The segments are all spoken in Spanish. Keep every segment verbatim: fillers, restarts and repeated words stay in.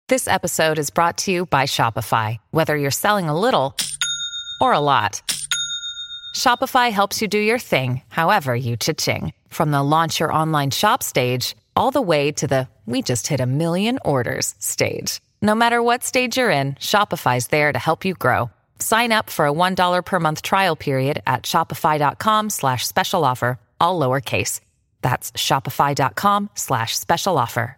This episode is brought to you by Shopify. Whether you're selling a little or a lot, Shopify helps you do your thing, however you cha-ching. From the launch your online shop stage, all the way to the we just hit a million orders stage. No matter what stage you're in, Shopify's there to help you grow. Sign up for a one dollar per month trial period at shopify.com slash special offer, all lowercase. That's shopify.com slash special offer.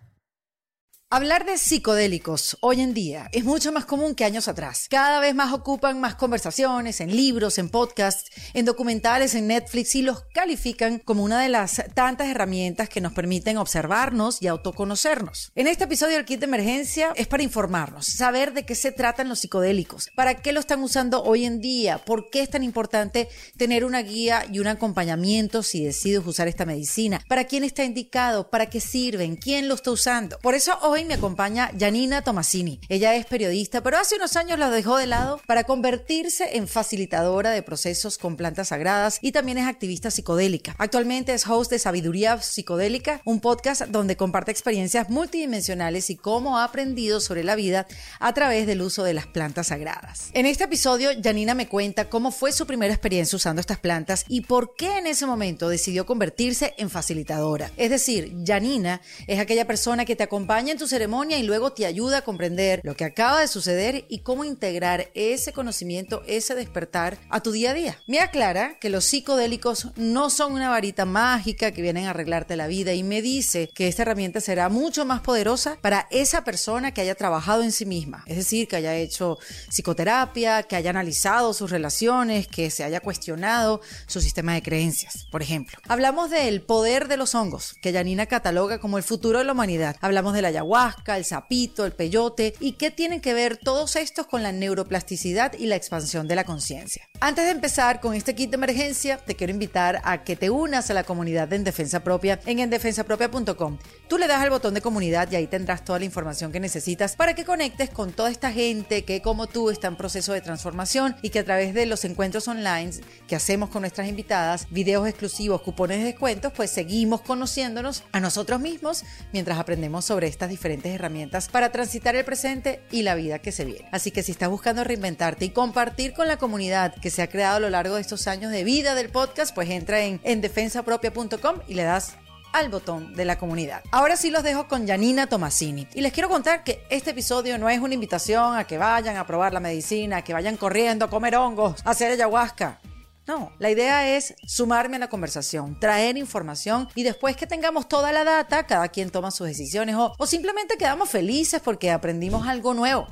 Hablar de psicodélicos hoy en día es mucho más común que años atrás. Cada vez más ocupan más conversaciones, en libros, en podcasts, en documentales, en Netflix, y los califican como una de las tantas herramientas que nos permiten observarnos y autoconocernos. En este episodio del Kit de Emergencia es para informarnos, saber de qué se tratan los psicodélicos, para qué lo están usando hoy en día, por qué es tan importante tener una guía y un acompañamiento si decides usar esta medicina, para quién está indicado, para qué sirven, quién lo está usando. Por eso hoy me acompaña Janina Tomasini. Ella es periodista, pero hace unos años la dejó de lado para convertirse en facilitadora de procesos con plantas sagradas y también es activista psicodélica. Actualmente es host de Sabiduría Psicodélica, un podcast donde comparte experiencias multidimensionales y cómo ha aprendido sobre la vida a través del uso de las plantas sagradas. En este episodio, Janina me cuenta cómo fue su primera experiencia usando estas plantas y por qué en ese momento decidió convertirse en facilitadora. Es decir, Janina es aquella persona que te acompaña en tu ceremonia y luego te ayuda a comprender lo que acaba de suceder y cómo integrar ese conocimiento, ese despertar a tu día a día. Me aclara que los psicodélicos no son una varita mágica que vienen a arreglarte la vida y me dice que esta herramienta será mucho más poderosa para esa persona que haya trabajado en sí misma, es decir, que haya hecho psicoterapia, que haya analizado sus relaciones, que se haya cuestionado su sistema de creencias, por ejemplo. Hablamos del poder de los hongos, que Janina cataloga como el futuro de la humanidad. Hablamos de la ayahuasca, el sapito, el peyote y qué tienen que ver todos estos con la neuroplasticidad y la expansión de la conciencia. Antes de empezar con este kit de emergencia, te quiero invitar a que te unas a la comunidad de En Defensa Propia en en defensa propia punto com. Tú le das al botón de comunidad y ahí tendrás toda la información que necesitas para que conectes con toda esta gente que como tú está en proceso de transformación y que a través de los encuentros online que hacemos con nuestras invitadas, videos exclusivos, cupones de descuentos, pues seguimos conociéndonos a nosotros mismos mientras aprendemos sobre estas diferentes herramientas para transitar el presente y la vida que se viene. Así que si estás buscando reinventarte y compartir con la comunidad que se ha creado a lo largo de estos años de vida del podcast, pues entra en en defensa propia punto com y le das al botón de la comunidad. Ahora sí los dejo con Janina Tomasini y les quiero contar que este episodio no es una invitación a que vayan a probar la medicina, a que vayan corriendo a comer hongos, a hacer ayahuasca. No, la idea es sumarme a la conversación, traer información y después que tengamos toda la data, cada quien toma sus decisiones o, o simplemente quedamos felices porque aprendimos algo nuevo.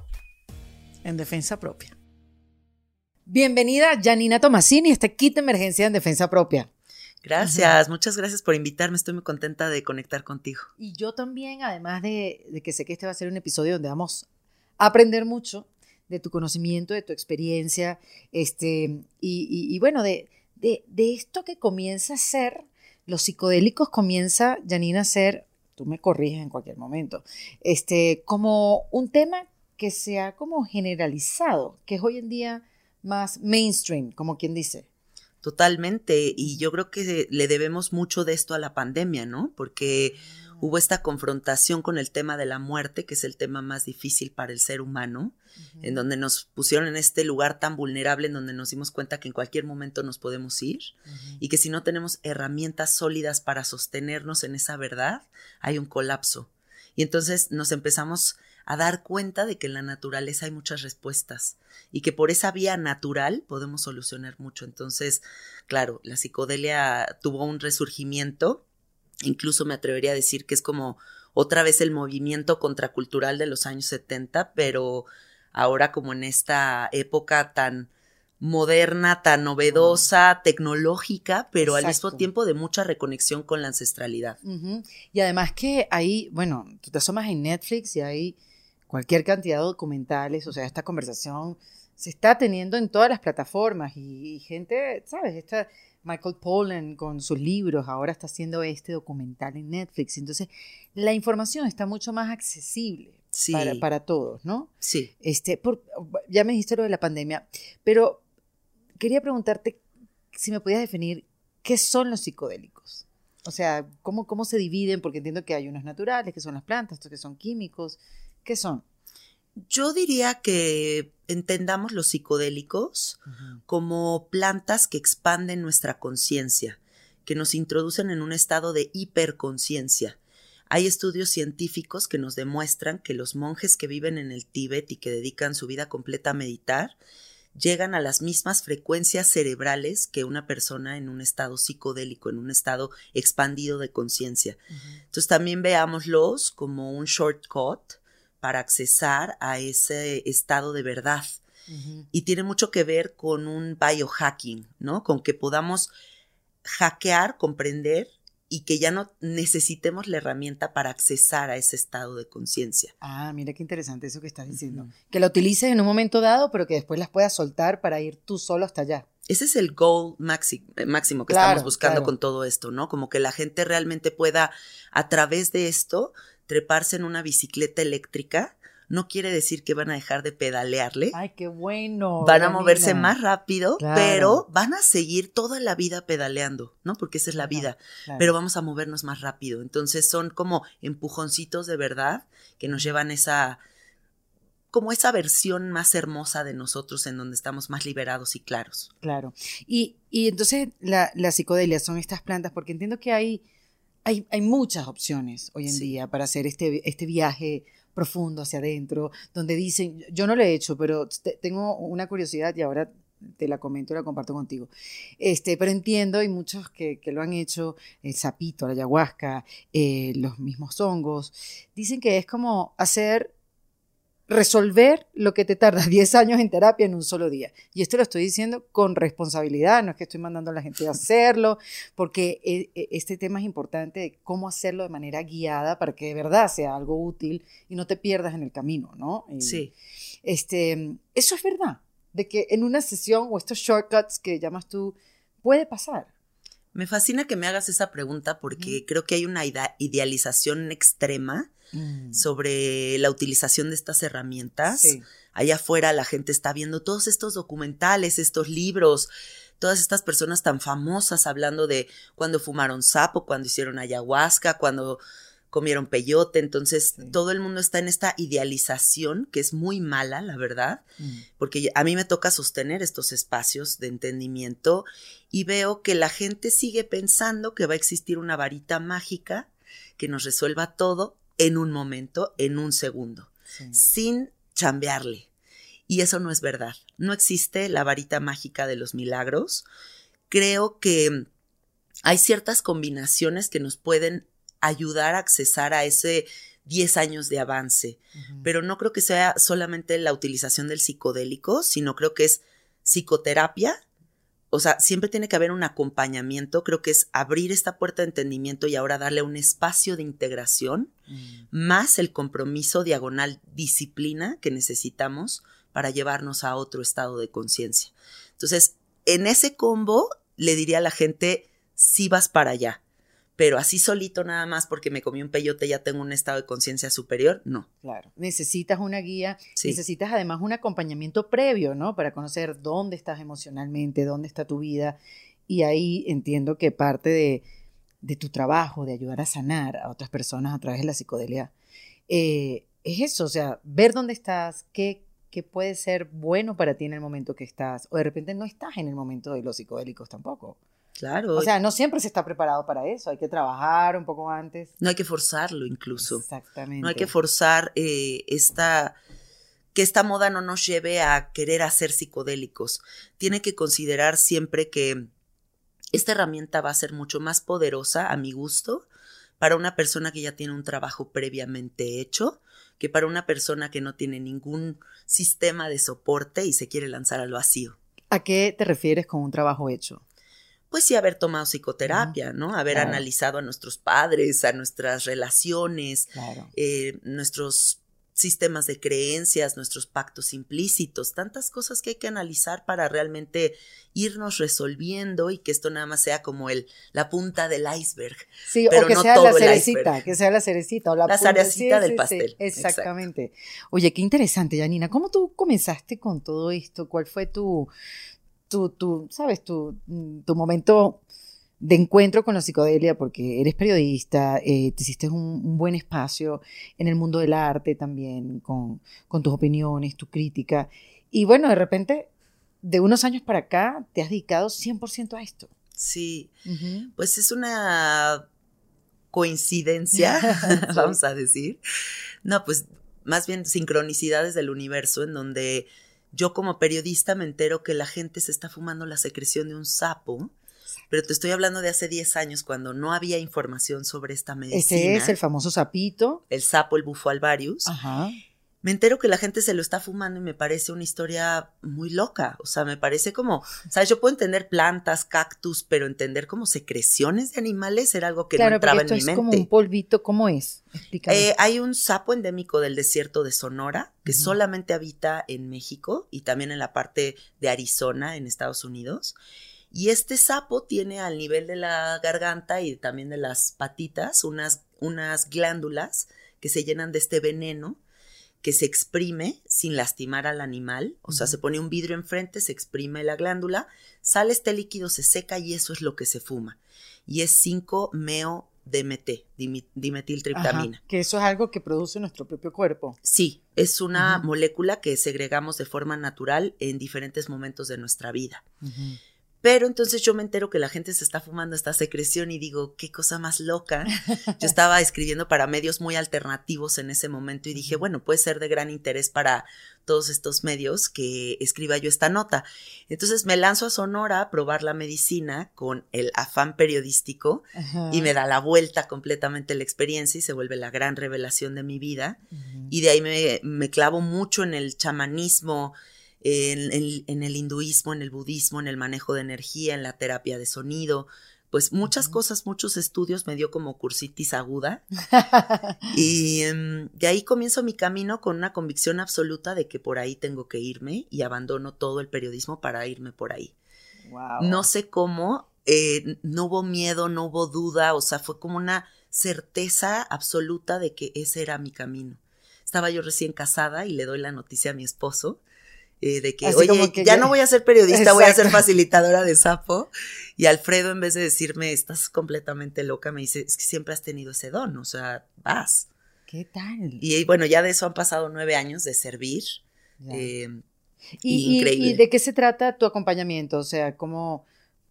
En Defensa Propia. Bienvenida Janina Tomasini, este kit de emergencia en Defensa Propia. Gracias, uh-huh. Muchas gracias por invitarme, estoy muy contenta de conectar contigo. Y yo también, además de, de que sé que este va a ser un episodio donde vamos a aprender mucho de tu conocimiento, de tu experiencia, este, y, y, y bueno, de, de, de esto que comienza a ser, los psicodélicos comienza, Janina, a ser, tú me corriges en cualquier momento, este, como un tema que se ha como generalizado, que es hoy en día más mainstream, como quien dice. Totalmente, y yo creo que le debemos mucho de esto a la pandemia, ¿no? Porque hubo esta confrontación con el tema de la muerte, que es el tema más difícil para el ser humano, uh-huh. En donde nos pusieron en este lugar tan vulnerable, en donde nos dimos cuenta que en cualquier momento nos podemos ir, uh-huh. Y que si no tenemos herramientas sólidas para sostenernos en esa verdad, hay un colapso. Y entonces nos empezamos a dar cuenta de que en la naturaleza hay muchas respuestas y que por esa vía natural podemos solucionar mucho. Entonces, claro, la psicodelia tuvo un resurgimiento. Incluso me atrevería a decir que es como otra vez el movimiento contracultural de los años setenta, pero ahora como en esta época tan moderna, tan novedosa, tecnológica, pero Exacto. Al mismo tiempo de mucha reconexión con la ancestralidad. Uh-huh. Y además que ahí, bueno, tú te asomas en Netflix y hay cualquier cantidad de documentales, o sea, esta conversación se está teniendo en todas las plataformas y, y gente, ¿sabes? Esta Michael Pollan con sus libros, ahora está haciendo este documental en Netflix. Entonces, la información está mucho más accesible sí. para, para todos, ¿no? Sí. Este, por, ya me dijiste lo de la pandemia, pero quería preguntarte si me podías definir qué son los psicodélicos. O sea, ¿cómo, cómo se dividen? Porque entiendo que hay unos naturales, que son las plantas, otros que son químicos. ¿Qué son? Yo diría que entendamos los psicodélicos uh-huh. como plantas que expanden nuestra conciencia, que nos introducen en un estado de hiperconciencia. Hay estudios científicos que nos demuestran que los monjes que viven en el Tíbet y que dedican su vida completa a meditar llegan a las mismas frecuencias cerebrales que una persona en un estado psicodélico, en un estado expandido de conciencia. Uh-huh. Entonces también veámoslos como un shortcut para accesar a ese estado de verdad. Uh-huh. Y tiene mucho que ver con un biohacking, ¿no? Con que podamos hackear, comprender y que ya no necesitemos la herramienta para accesar a ese estado de conciencia. Ah, mira qué interesante eso que estás diciendo. Uh-huh. Que la utilices en un momento dado, pero que después las puedas soltar para ir tú solo hasta allá. Ese es el goal máximo, máximo que claro, estamos buscando claro. con todo esto, ¿no? Como que la gente realmente pueda, a través de esto, treparse en una bicicleta eléctrica. No quiere decir que van a dejar de pedalearle. ¡Ay, qué bueno! Van a moverse Janina. más rápido, claro. pero van a seguir toda la vida pedaleando, ¿no? Porque esa es la vida. Claro. Pero vamos a movernos más rápido. Entonces son como empujoncitos de verdad que nos llevan esa, como esa versión más hermosa de nosotros en donde estamos más liberados y claros. Claro. Y, y entonces la, la psicodelia son estas plantas, porque entiendo que hay, hay, hay muchas opciones hoy en sí. día para hacer este, este viaje profundo hacia adentro, donde dicen, yo no lo he hecho, pero te, tengo una curiosidad y ahora te la comento y la comparto contigo. Este, pero entiendo, y muchos que, que lo han hecho, el sapito, la ayahuasca, eh, los mismos hongos, dicen que es como hacer, resolver lo que te tarda diez años en terapia en un solo día. Y esto lo estoy diciendo con responsabilidad, no es que estoy mandando a la gente a hacerlo, porque este tema es importante de cómo hacerlo de manera guiada para que de verdad sea algo útil y no te pierdas en el camino, ¿no? Y, sí. Este, eso es verdad, de que en una sesión o estos shortcuts que llamas tú, puede pasar. Me fascina que me hagas esa pregunta porque mm. creo que hay una ide- idealización extrema mm. sobre la utilización de estas herramientas. Sí. Allá afuera la gente está viendo todos estos documentales, estos libros, todas estas personas tan famosas hablando de cuando fumaron sapo, cuando hicieron ayahuasca, cuando comieron peyote. Entonces sí. todo el mundo está en esta idealización que es muy mala, la verdad, mm. porque a mí me toca sostener estos espacios de entendimiento y veo que la gente sigue pensando que va a existir una varita mágica que nos resuelva todo en un momento, en un segundo, sí. sin chambearle. Y eso no es verdad. No existe la varita mágica de los milagros. Creo que hay ciertas combinaciones que nos pueden ayudar a accesar a ese diez años de avance, uh-huh. pero no creo que sea solamente la utilización del psicodélico, sino creo que es psicoterapia. O sea, siempre tiene que haber un acompañamiento. Creo que es abrir esta puerta de entendimiento y ahora darle un espacio de integración, uh-huh. más el compromiso diagonal disciplina que necesitamos para llevarnos a otro estado de conciencia. Entonces, en ese combo le diría a la gente, sí vas para allá. Pero así solito nada más porque me comí un peyote ya tengo un estado de conciencia superior, no. Claro, necesitas una guía, sí. necesitas además un acompañamiento previo, ¿no? Para conocer dónde estás emocionalmente, dónde está tu vida. Y ahí entiendo que parte de, de tu trabajo, de ayudar a sanar a otras personas a través de la psicodelia, eh, es eso, o sea, ver dónde estás, qué, qué puede ser bueno para ti en el momento que estás, o de repente no estás en el momento de los psicodélicos tampoco. Claro. O sea, no siempre se está preparado para eso, hay que trabajar un poco antes. No hay que forzarlo incluso. Exactamente. No hay que forzar eh, esta, que esta moda no nos lleve a querer hacer psicodélicos. Tiene que considerar siempre que esta herramienta va a ser mucho más poderosa, a mi gusto, para una persona que ya tiene un trabajo previamente hecho, que para una persona que no tiene ningún sistema de soporte y se quiere lanzar al vacío. ¿A qué te refieres con un trabajo hecho? Pues sí, haber tomado psicoterapia, ¿no? Haber claro. analizado a nuestros padres, a nuestras relaciones, claro. eh, nuestros sistemas de creencias, nuestros pactos implícitos, tantas cosas que hay que analizar para realmente irnos resolviendo y que esto nada más sea como el, la punta del iceberg. Sí, pero o que no sea todo la cerecita, que sea la cerecita o la, la punta, cerecita sí, del sí, pastel. Sí, exactamente. Exacto. Oye, qué interesante, Janina. ¿Cómo tú comenzaste con todo esto? ¿Cuál fue tu... Tu, tu, ¿sabes? Tu, tu momento de encuentro con la psicodelia, porque eres periodista, eh, te hiciste un, un buen espacio en el mundo del arte también, con, con tus opiniones, tu crítica. Y bueno, de repente, de unos años para acá, te has dedicado cien por ciento a esto. Sí, Uh-huh. pues es una coincidencia, sí. Vamos a decir. No, pues más bien sincronicidades del universo, en donde yo como periodista me entero que la gente se está fumando la secreción de un sapo. Pero te estoy hablando de hace diez años, cuando no había información sobre esta medicina. Este es el famoso sapito. El sapo, el bufo alvarius. Ajá. Me entero que la gente se lo está fumando y me parece una historia muy loca. O sea, me parece como, ¿sabes? Yo puedo entender plantas, cactus, pero entender como secreciones de animales era algo que claro, no entraba en esto mi es mente. Como un polvito, ¿cómo es? Explícame. Eh, hay un sapo endémico del desierto de Sonora que Uh-huh. solamente habita en México y también en la parte de Arizona, en Estados Unidos. Y este sapo tiene al nivel de la garganta y también de las patitas unas, unas glándulas que se llenan de este veneno que se exprime sin lastimar al animal. O sea, uh-huh. se pone un vidrio enfrente, se exprime la glándula, sale este líquido, se seca y eso es lo que se fuma. Y es cinco meo D M T, dimetiltriptamina. Ajá, que eso es algo que produce nuestro propio cuerpo. Sí, es una uh-huh. molécula que segregamos de forma natural en diferentes momentos de nuestra vida. Uh-huh. Pero entonces yo me entero que la gente se está fumando esta secreción y digo, qué cosa más loca. Yo estaba escribiendo para medios muy alternativos en ese momento y dije, bueno, puede ser de gran interés para todos estos medios que escriba yo esta nota. Entonces me lanzo a Sonora a probar la medicina con el afán periodístico. Ajá. Y me da la vuelta completamente la experiencia y se vuelve la gran revelación de mi vida. Uh-huh. Y de ahí me, me clavo mucho en el chamanismo, En, en, en el hinduismo, en el budismo, en el manejo de energía, en la terapia de sonido, pues muchas uh-huh. cosas, muchos estudios, me dio como cursitis aguda y um, de ahí comienzo mi camino con una convicción absoluta de que por ahí tengo que irme y abandono todo el periodismo para irme por ahí. Wow. No sé cómo, eh, no hubo miedo, no hubo duda, o sea, fue como una certeza absoluta de que ese era mi camino. Estaba yo recién casada y le doy la noticia a mi esposo. Eh, de que, Así oye, que ya ya... no voy a ser periodista, exacto. Voy a ser facilitadora de sapo. Y Alfredo, en vez de decirme, estás completamente loca, me dice, es que siempre has tenido ese don, o sea, vas. ¿Qué tal? Y bueno, ya de eso han pasado nueve años de servir. Eh, y, increíble. Y, ¿Y de qué se trata tu acompañamiento? O sea, como,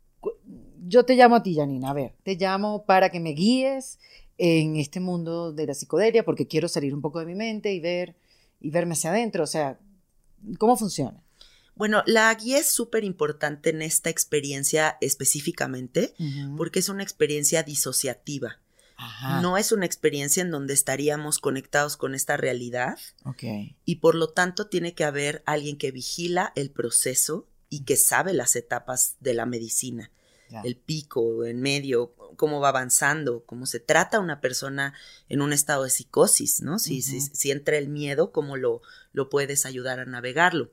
yo te llamo a ti, Janina, a ver, te llamo para que me guíes en este mundo de la psicodelia, porque quiero salir un poco de mi mente y ver, y verme hacia adentro, o sea, ¿cómo funciona? Bueno, la guía es súper importante en esta experiencia específicamente uh-huh. porque es una experiencia disociativa. Ajá. No es una experiencia en donde estaríamos conectados con esta realidad. Okay. Y por lo tanto tiene que haber alguien que vigila el proceso y que sabe las etapas de la medicina. Ya. El pico, en medio, cómo va avanzando, cómo se trata a una persona en un estado de psicosis, ¿no? Si, uh-huh. si, si entra el miedo, cómo lo, lo puedes ayudar a navegarlo.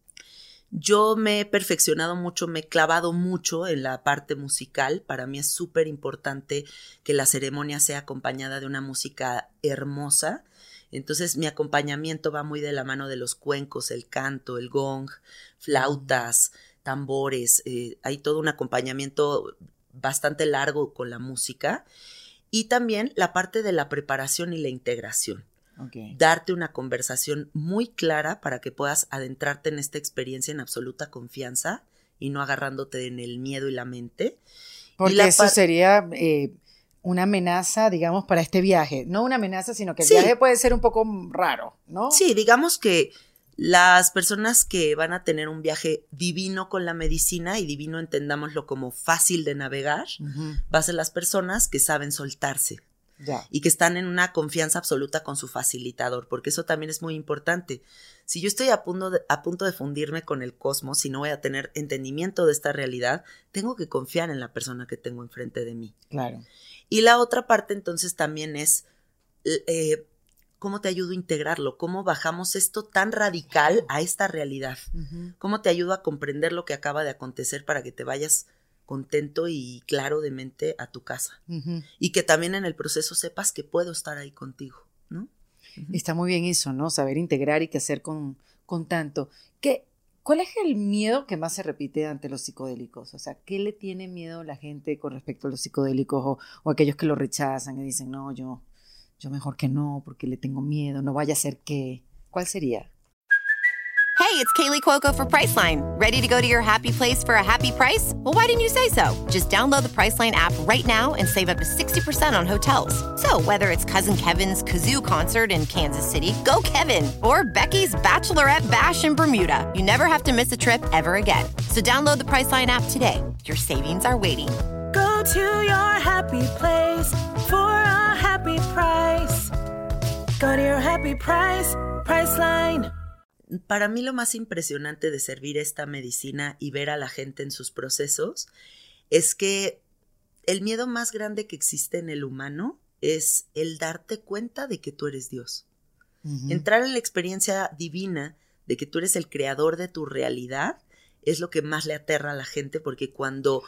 Yo me he perfeccionado mucho, me he clavado mucho en la parte musical. Para mí es súper importante que la ceremonia sea acompañada de una música hermosa. Entonces mi acompañamiento va muy de la mano de los cuencos, el canto, el gong, flautas, tambores. Eh, hay todo un acompañamiento bastante largo con la música. Y también la parte de la preparación y la integración. Okay. Darte una conversación muy clara para que puedas adentrarte en esta experiencia en absoluta confianza y no agarrándote en el miedo y la mente. Porque y la eso par- sería eh, una amenaza, digamos, para este viaje. No una amenaza, sino que el sí. viaje puede ser un poco raro, ¿no? Sí, digamos que las personas que van a tener un viaje divino con la medicina, y divino entendámoslo como fácil de navegar, uh-huh. va a ser las personas que saben soltarse. Ya. Y que están en una confianza absoluta con su facilitador, porque eso también es muy importante. Si yo estoy a punto, de, a punto de fundirme con el cosmos y no voy a tener entendimiento de esta realidad, tengo que confiar en la persona que tengo enfrente de mí. Claro. Y la otra parte entonces también es eh, cómo te ayudo a integrarlo, cómo bajamos esto tan radical a esta realidad, uh-huh. cómo te ayudo a comprender lo que acaba de acontecer para que te vayas contento y claro de mente a tu casa. Uh-huh. Y que también en el proceso sepas que puedo estar ahí contigo, ¿no? Uh-huh. Está muy bien eso, ¿no? Saber integrar y qué hacer con, con tanto. ¿Qué, ¿Cuál es el miedo que más se repite ante los psicodélicos? O sea, ¿qué le tiene miedo la gente con respecto a los psicodélicos o, o aquellos que lo rechazan y dicen, no, yo, yo mejor que no, porque le tengo miedo, no vaya a ser que... ¿Cuál sería? Hey, it's Kaylee Cuoco for Priceline. Ready to go to your happy place for a happy price? Well, why didn't you say so? Just download the Priceline app right now and save up to sixty percent on hotels. So whether it's Cousin Kevin's Kazoo Concert in Kansas City, go Kevin, or Becky's Bachelorette Bash in Bermuda, you never have to miss a trip ever again. So download the Priceline app today. Your savings are waiting. Go to your happy place for a happy price. Go to your happy price, Priceline. Para mí lo más impresionante de servir esta medicina y ver a la gente en sus procesos es que el miedo más grande que existe en el humano es el darte cuenta de que tú eres Dios. Uh-huh. Entrar en la experiencia divina de que tú eres el creador de tu realidad es lo que más le aterra a la gente, porque cuando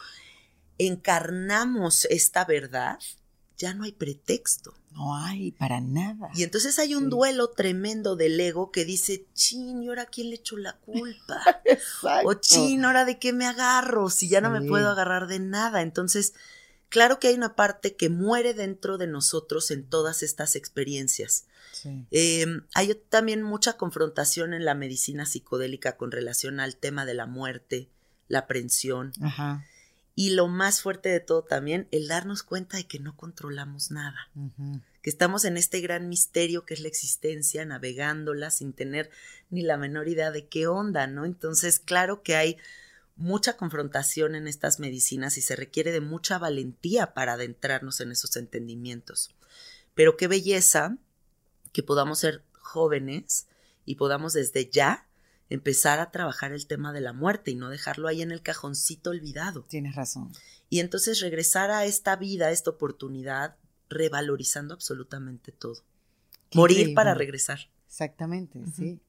encarnamos esta verdad ya no hay pretexto. No hay, para nada. Y entonces hay un sí. duelo tremendo del ego que dice, chin, ¿y ahora quién le echó la culpa? Exacto. O chin, ¿ahora de qué me agarro? Si ya no sí. me puedo agarrar de nada. Entonces, claro que hay una parte que muere dentro de nosotros en todas estas experiencias. Sí. Eh, hay también mucha confrontación en la medicina psicodélica con relación al tema de la muerte, la aprensión. Ajá. Y lo más fuerte de todo también, el darnos cuenta de que no controlamos nada, uh-huh. que estamos en este gran misterio que es la existencia, navegándola sin tener ni la menor idea de qué onda, ¿no? Entonces, claro que hay mucha confrontación en estas medicinas y se requiere de mucha valentía para adentrarnos en esos entendimientos. Pero qué belleza que podamos ser jóvenes y podamos desde ya empezar a trabajar el tema de la muerte y no dejarlo ahí en el cajoncito olvidado. Tienes razón. Y entonces regresar a esta vida, a esta oportunidad, revalorizando absolutamente todo. Qué Morir increíble. Para regresar. Exactamente, uh-huh. sí.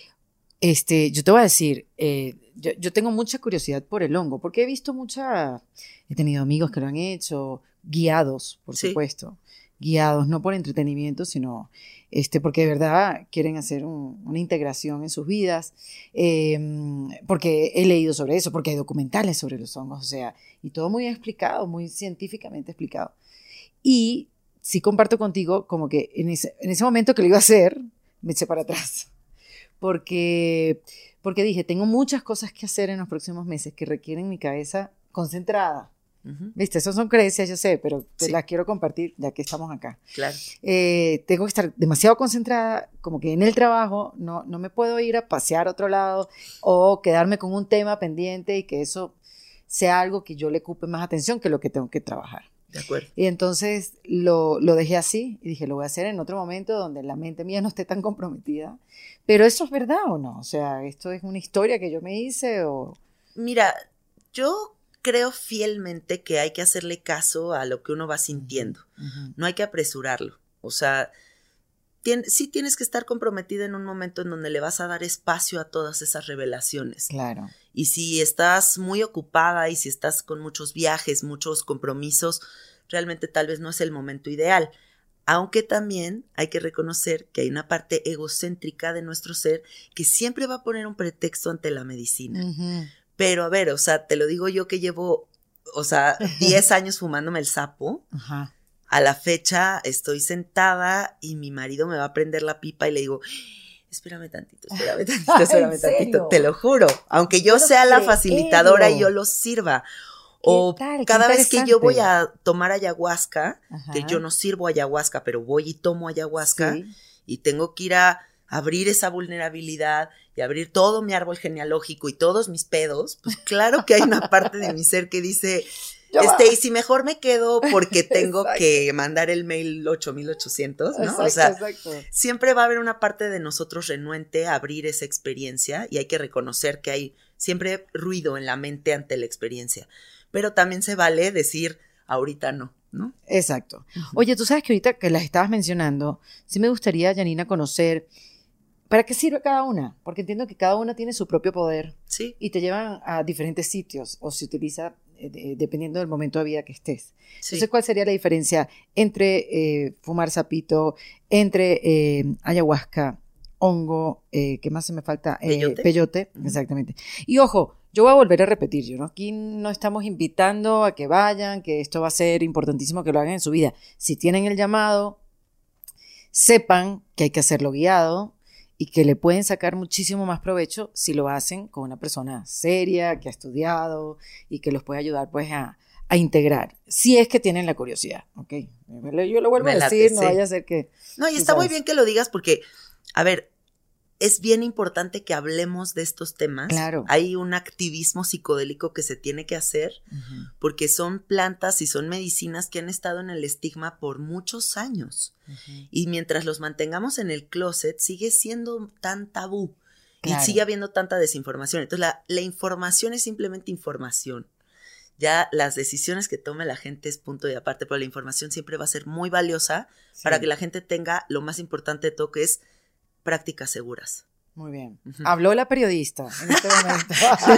Este, yo te voy a decir, eh, yo, yo tengo mucha curiosidad por el hongo, porque he visto mucha, he tenido amigos que lo han hecho, guiados, por sí. supuesto. Guiados, no por entretenimiento, sino este, porque de verdad quieren hacer un, una integración en sus vidas, eh, porque he leído sobre eso, porque hay documentales sobre los hongos, o sea, y todo muy explicado, muy científicamente explicado. Y sí comparto contigo como que en ese, en ese momento que lo iba a hacer, me eché para atrás, porque, porque dije, tengo muchas cosas que hacer en los próximos meses que requieren mi cabeza concentrada. Uh-huh. Viste, eso son creencias, yo sé, pero te sí. las quiero compartir ya que estamos acá. Claro. Eh, tengo que estar demasiado concentrada, como que en el trabajo, no, no me puedo ir a pasear a otro lado o quedarme con un tema pendiente y que eso sea algo que yo le ocupe más atención que lo que tengo que trabajar. De acuerdo. Y entonces lo, lo dejé así y dije, lo voy a hacer en otro momento donde la mente mía no esté tan comprometida. Pero ¿eso es verdad o no? O sea, ¿esto es una historia que yo me hice o...? Mira, yo creo fielmente que hay que hacerle caso a lo que uno va sintiendo. Uh-huh. No hay que apresurarlo. O sea, tien, sí tienes que estar comprometida en un momento en donde le vas a dar espacio a todas esas revelaciones. Claro. Y si estás muy ocupada y si estás con muchos viajes, muchos compromisos, realmente tal vez no es el momento ideal. Aunque también hay que reconocer que hay una parte egocéntrica de nuestro ser que siempre va a poner un pretexto ante la medicina. Uh-huh. Pero a ver, o sea, te lo digo yo que llevo, o sea, diez años fumándome el sapo. Ajá. A la fecha estoy sentada y mi marido me va a prender la pipa y le digo, espérame tantito, espérame tantito, espérame tantito. Te lo juro. Aunque yo sea la facilitadora y yo lo sirva. O cada vez que yo voy a tomar ayahuasca, Ajá. que yo no sirvo ayahuasca, pero voy y tomo ayahuasca sí. y tengo que ir a abrir esa vulnerabilidad y abrir todo mi árbol genealógico y todos mis pedos, pues claro que hay una parte de mi ser que dice, este, y si mejor me quedo porque tengo exacto. que mandar el mail ocho mil ochocientos, ¿no? Exacto, o sea, exacto. siempre va a haber una parte de nosotros renuente a abrir esa experiencia y hay que reconocer que hay siempre ruido en la mente ante la experiencia, pero también se vale decir, ahorita no, ¿no? Exacto. Uh-huh. Oye, tú sabes que ahorita que las estabas mencionando, sí me gustaría, Janina, conocer ¿para qué sirve cada una? Porque entiendo que cada una tiene su propio poder sí. y te llevan a diferentes sitios o se utiliza eh, de, dependiendo del momento de vida que estés. Sí. Entonces, ¿cuál sería la diferencia entre eh, fumar sapito, entre eh, ayahuasca, hongo, eh, ¿qué más se me falta? Eh, Peyote. Peyote, uh-huh. Exactamente. Y ojo, yo voy a volver a repetir, yo, ¿no? Aquí no estamos invitando a que vayan, que esto va a ser importantísimo que lo hagan en su vida. Si tienen el llamado, sepan que hay que hacerlo guiado y que le pueden sacar muchísimo más provecho si lo hacen con una persona seria, que ha estudiado y que los puede ayudar pues a, a integrar, si es que tienen la curiosidad, ¿ok? Yo lo vuelvo Me a late, decir, no sí. vaya a ser que... No, y está muy bien que lo digas porque, a ver, es bien importante que hablemos de estos temas. Claro. Hay un activismo psicodélico que se tiene que hacer uh-huh. porque son plantas y son medicinas que han estado en el estigma por muchos años. Uh-huh. Y mientras los mantengamos en el closet, sigue siendo tan tabú. Claro. Y sigue habiendo tanta desinformación. Entonces, la, la información es simplemente información. Ya las decisiones que tome la gente es punto y aparte, pero la información siempre va a ser muy valiosa sí. para que la gente tenga lo más importante de todo, que es prácticas seguras. Muy bien. Uh-huh. Habló la periodista en este momento.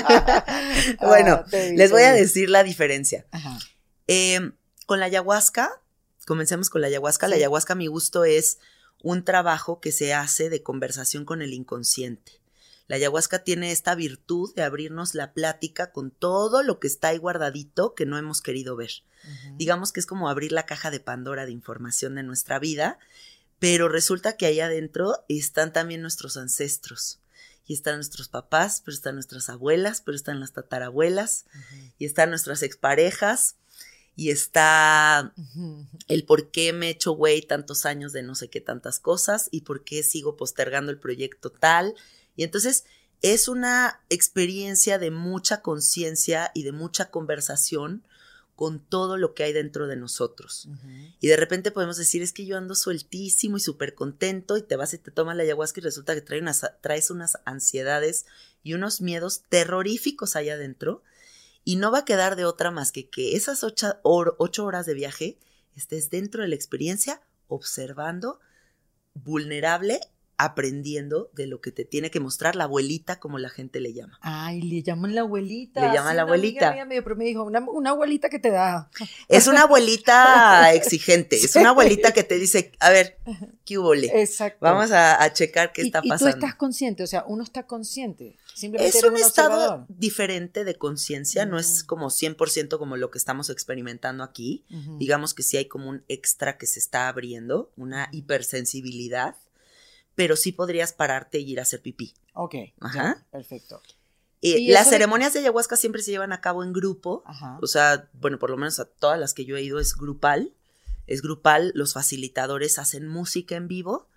Bueno, ah, vi, les voy vi. a decir la diferencia. Ajá. Eh, con la ayahuasca, comencemos con la ayahuasca. Sí. La ayahuasca, a mi gusto, es un trabajo que se hace de conversación con el inconsciente. La ayahuasca tiene esta virtud de abrirnos la plática con todo lo que está ahí guardadito que no hemos querido ver. Uh-huh. Digamos que es como abrir la caja de Pandora de información de nuestra vida, pero resulta que ahí adentro están también nuestros ancestros. Y están nuestros papás, pero están nuestras abuelas, pero están las tatarabuelas, uh-huh. y están nuestras exparejas, y está uh-huh. el por qué me he hecho güey tantos años de no sé qué tantas cosas, y por qué sigo postergando el proyecto tal. Y entonces es una experiencia de mucha conciencia y de mucha conversación con todo lo que hay dentro de nosotros. Uh-huh. Y de repente podemos decir, es que yo ando sueltísimo y súper contento, y te vas y te tomas la ayahuasca y resulta que trae unas, traes unas ansiedades y unos miedos terroríficos allá adentro, y no va a quedar de otra más que que esas ocho, or, ocho horas de viaje estés dentro de la experiencia, observando, vulnerable, aprendiendo de lo que te tiene que mostrar la abuelita, como la gente le llama. Ay, le llaman la abuelita. Le llaman sí, la abuelita. Amiga, amiga, pero me dijo, una, una abuelita que te da. Es una abuelita exigente, sí. Es una abuelita que te dice, a ver, ¿qué hubo le? Exacto. Vamos a, a checar qué y, está pasando. Y tú estás consciente, o sea, uno está consciente. Simplemente es eres un, un estado observador. diferente de conciencia, uh-huh. no es como cien por ciento como lo que estamos experimentando aquí. Uh-huh. Digamos que sí hay como un extra que se está abriendo, una hipersensibilidad, pero sí podrías pararte y ir a hacer pipí. Ok, ajá. Ya, perfecto. Eh, las ceremonias de ayahuasca siempre se llevan a cabo en grupo, ajá. o sea, bueno, por lo menos a todas las que yo he ido es grupal, es grupal, los facilitadores hacen música en vivo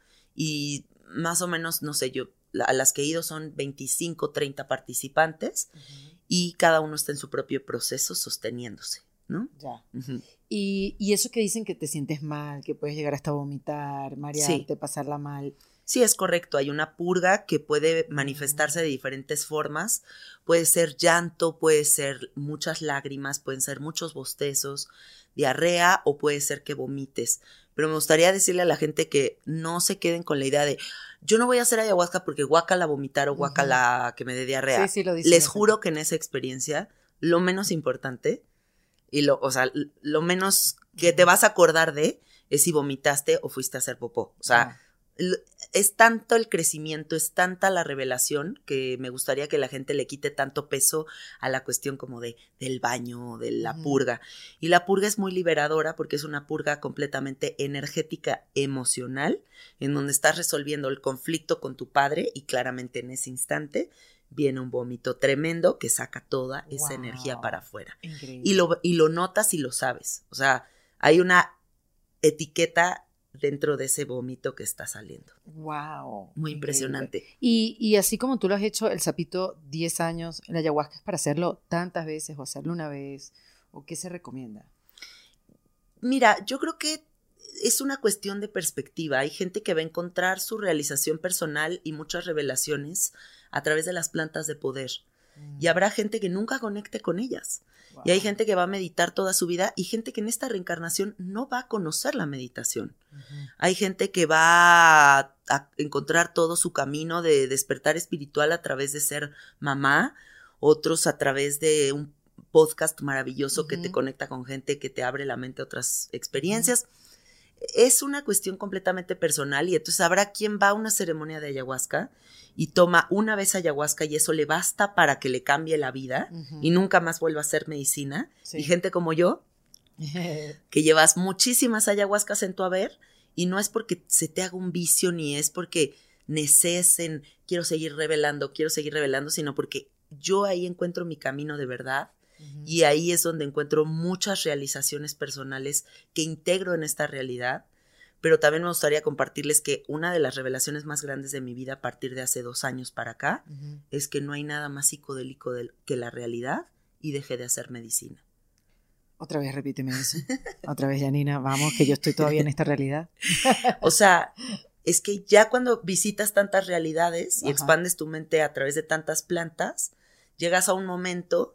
y más o menos, no sé, yo, a las que he ido son veinticinco, treinta participantes uh-huh. y cada uno está en su propio proceso sosteniéndose, ¿no? Ya. Uh-huh. Y, y eso que dicen que te sientes mal, que puedes llegar hasta vomitar, marearte, sí. pasarla mal. Sí, es correcto. Hay una purga que puede manifestarse de diferentes formas. Puede ser llanto, puede ser muchas lágrimas, pueden ser muchos bostezos, diarrea o puede ser que vomites. Pero me gustaría decirle a la gente que no se queden con la idea de yo no voy a hacer ayahuasca porque guácala vomitar o guácala uh-huh. que me dé diarrea. Sí, sí, lo dicen. Les juro que en esa experiencia lo menos importante y lo, o sea, lo menos que te vas a acordar de es si vomitaste o fuiste a hacer popó. O sea, uh-huh. es tanto el crecimiento, es tanta la revelación que me gustaría que la gente le quite tanto peso a la cuestión como de del baño, de la uh-huh. purga. Y la purga es muy liberadora porque es una purga completamente energética, emocional, en donde estás resolviendo el conflicto con tu padre y claramente en ese instante viene un vómito tremendo que saca toda esa wow. energía para afuera. Increíble. Y lo, y lo notas y lo sabes. O sea, hay una etiqueta dentro de ese vómito que está saliendo. Wow. Muy impresionante. Y, y así como tú lo has hecho, el sapito diez años, la ayahuasca es para hacerlo tantas veces o hacerlo una vez, ¿o qué se recomienda? Mira, yo creo que es una cuestión de perspectiva. Hay gente que va a encontrar su realización personal y muchas revelaciones a través de las plantas de poder. Mm. Y habrá gente que nunca conecte con ellas. Wow. Y hay gente que va a meditar toda su vida y gente que en esta reencarnación no va a conocer la meditación. Uh-huh. Hay gente que va a, a encontrar todo su camino de despertar espiritual a través de ser mamá, otros a través de un podcast maravilloso uh-huh. que te conecta con gente que te abre la mente a otras experiencias. Uh-huh. es una cuestión completamente personal y entonces habrá quien va a una ceremonia de ayahuasca y toma una vez ayahuasca y eso le basta para que le cambie la vida uh-huh. y nunca más vuelva a hacer medicina. Sí. Y gente como yo, que llevas muchísimas ayahuascas en tu haber y no es porque se te haga un vicio ni es porque neces en quiero seguir revelando, quiero seguir revelando, sino porque yo ahí encuentro mi camino de verdad uh-huh. y ahí es donde encuentro muchas realizaciones personales que integro en esta realidad, pero también me gustaría compartirles que una de las revelaciones más grandes de mi vida a partir de hace dos años para acá uh-huh. es que no hay nada más psicodélico de, que la realidad y dejé de hacer medicina. Otra vez repíteme eso. Otra vez, Janina, vamos, que yo estoy todavía en esta realidad. O sea, es que ya cuando visitas tantas realidades y Ajá. expandes tu mente a través de tantas plantas, llegas a un momento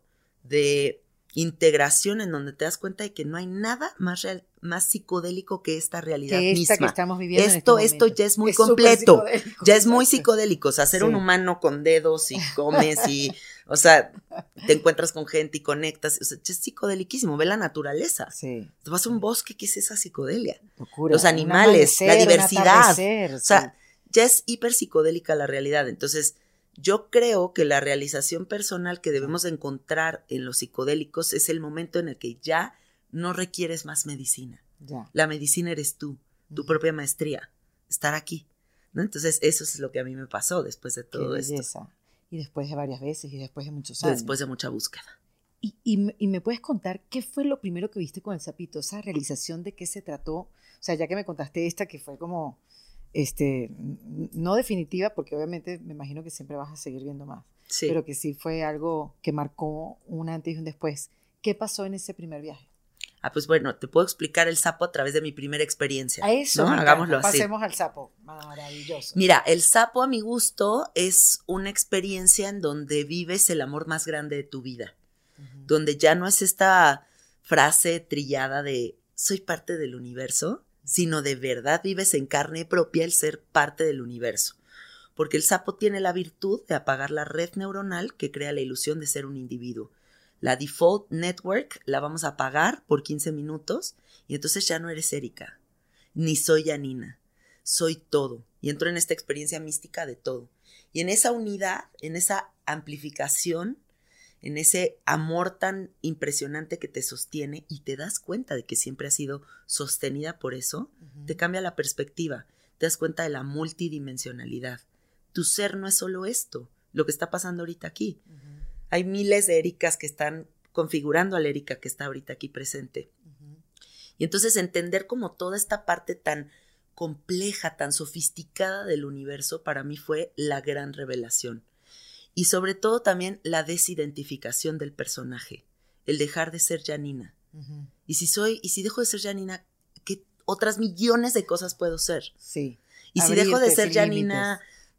de integración en donde te das cuenta de que no hay nada más real, más psicodélico que esta realidad que esta misma. Que estamos viviendo esto, en este esto ya es muy es completo, ya es muy exacto. psicodélico. O sea, ser sí. un humano con dedos y comes y, o sea, te encuentras con gente y conectas. O sea, es psicodeliquísimo. Ve la naturaleza. Sí. Te vas a un bosque, ¿qué es esa psicodelia? Locura. Los animales, amanecer, la diversidad. O sea, sí. ya es hiper psicodélica la realidad. Entonces, yo creo que la realización personal que debemos encontrar en los psicodélicos es el momento en el que ya no requieres más medicina. Ya. La medicina eres tú, tu propia maestría, estar aquí, ¿no? Entonces, eso es lo que a mí me pasó después de todo Qué belleza. esto. Y después de varias veces y después de muchos años. Después de mucha búsqueda. Y, y, y me puedes contar qué fue lo primero que viste con el sapito, esa realización de qué se trató. O sea, ya que me contaste esta que fue como, este, no definitiva, porque obviamente me imagino que siempre vas a seguir viendo más. Sí. Pero que sí fue algo que marcó un antes y un después. ¿Qué pasó en ese primer viaje? Ah, pues bueno, te puedo explicar el sapo a través de mi primera experiencia. A eso, ¿no? Hagámoslo así. Pasemos al sapo. Maravilloso. Mira, el sapo a mi gusto es una experiencia en donde vives el amor más grande de tu vida. Uh-huh. Donde ya no es esta frase trillada de soy parte del universo, sino de verdad vives en carne propia el ser parte del universo. Porque el sapo tiene la virtud de apagar la red neuronal que crea la ilusión de ser un individuo. La default network la vamos a apagar por quince minutos y entonces ya no eres Erika, ni soy Janina, soy todo. Y entro en esta experiencia mística de todo. Y en esa unidad, en esa amplificación, en ese amor tan impresionante que te sostiene y te das cuenta de que siempre has sido sostenida por eso, uh-huh. te cambia la perspectiva, te das cuenta de la multidimensionalidad. Tu ser no es solo esto, lo que está pasando ahorita aquí. Uh-huh. Hay miles de Ericas que están configurando a la Erika que está ahorita aquí presente. Uh-huh. Y entonces entender como toda esta parte tan compleja, tan sofisticada del universo, para mí fue la gran revelación. Y sobre todo también la desidentificación del personaje, el dejar de ser Janina. Uh-huh. Y si soy, y si dejo de ser Janina, ¿qué otras millones de cosas puedo ser? Sí. Y si dejo de ser Janina,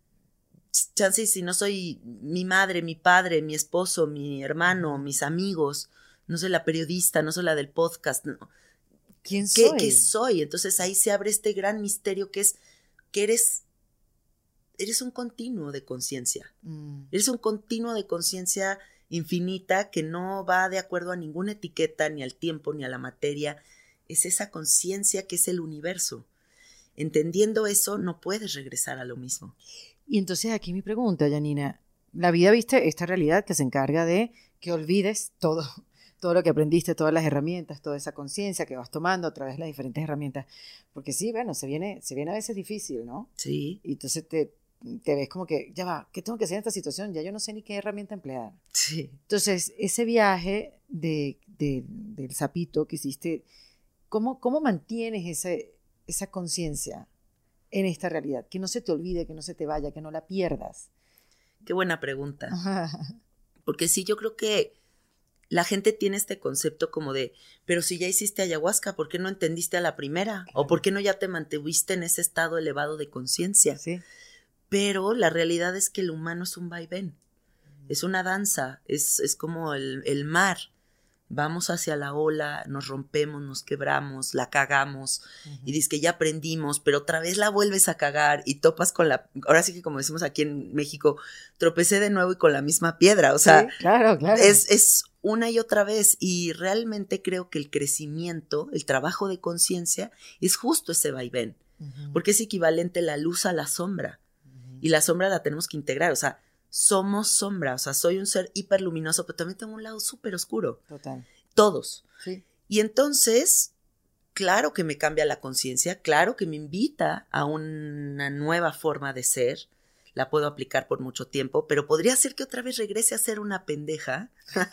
chance, si no soy mi madre, mi padre, mi esposo, mi hermano, mis amigos, no soy la periodista, no soy la del podcast, no. ¿Quién ¿Qué, soy? ¿Qué soy? Entonces ahí se abre este gran misterio que es que eres, eres un continuo de conciencia. Mm. Eres un continuo de conciencia infinita que no va de acuerdo a ninguna etiqueta, ni al tiempo, ni a la materia. Es esa conciencia que es el universo. Entendiendo eso, no puedes regresar a lo mismo. Y entonces aquí mi pregunta, Janina, la vida, viste, esta realidad que se encarga de que olvides todo, todo lo que aprendiste, todas las herramientas, toda esa conciencia que vas tomando a través de las diferentes herramientas, porque sí, bueno, se viene, se viene a veces difícil, ¿no? Sí. Y entonces te, te ves como que, ya va, ¿qué tengo que hacer en esta situación? Ya yo no sé ni qué herramienta emplear. Sí. Entonces, ese viaje de, de, del sapito que hiciste, ¿cómo, cómo mantienes ese, esa conciencia en esta realidad? Que no se te olvide, que no se te vaya, que no la pierdas. Qué buena pregunta. Porque sí, yo creo que la gente tiene este concepto como de, pero si ya hiciste ayahuasca, ¿por qué no entendiste a la primera? Claro. ¿O por qué no ya te mantuviste en ese estado elevado de conciencia? Sí. Pero la realidad es que el humano es un vaivén. Mm. Es una danza, es, es como el, el mar. Vamos hacia la ola, nos rompemos, nos quebramos, la cagamos, uh-huh. y dices que ya aprendimos, pero otra vez la vuelves a cagar y topas con la, ahora sí que como decimos aquí en México, tropecé de nuevo y con la misma piedra, o sea, sí, claro, claro. Es, es una y otra vez, y realmente creo que el crecimiento, el trabajo de conciencia, es justo ese vaivén, uh-huh. porque es equivalente la luz a la sombra, uh-huh. y la sombra la tenemos que integrar, o sea, somos sombra, o sea, soy un ser hiperluminoso, pero también tengo un lado súper oscuro. Total. Todos. Sí. Y entonces, claro que me cambia la conciencia, claro que me invita a una nueva forma de ser, la puedo aplicar por mucho tiempo, pero podría ser que otra vez regrese a ser una pendeja.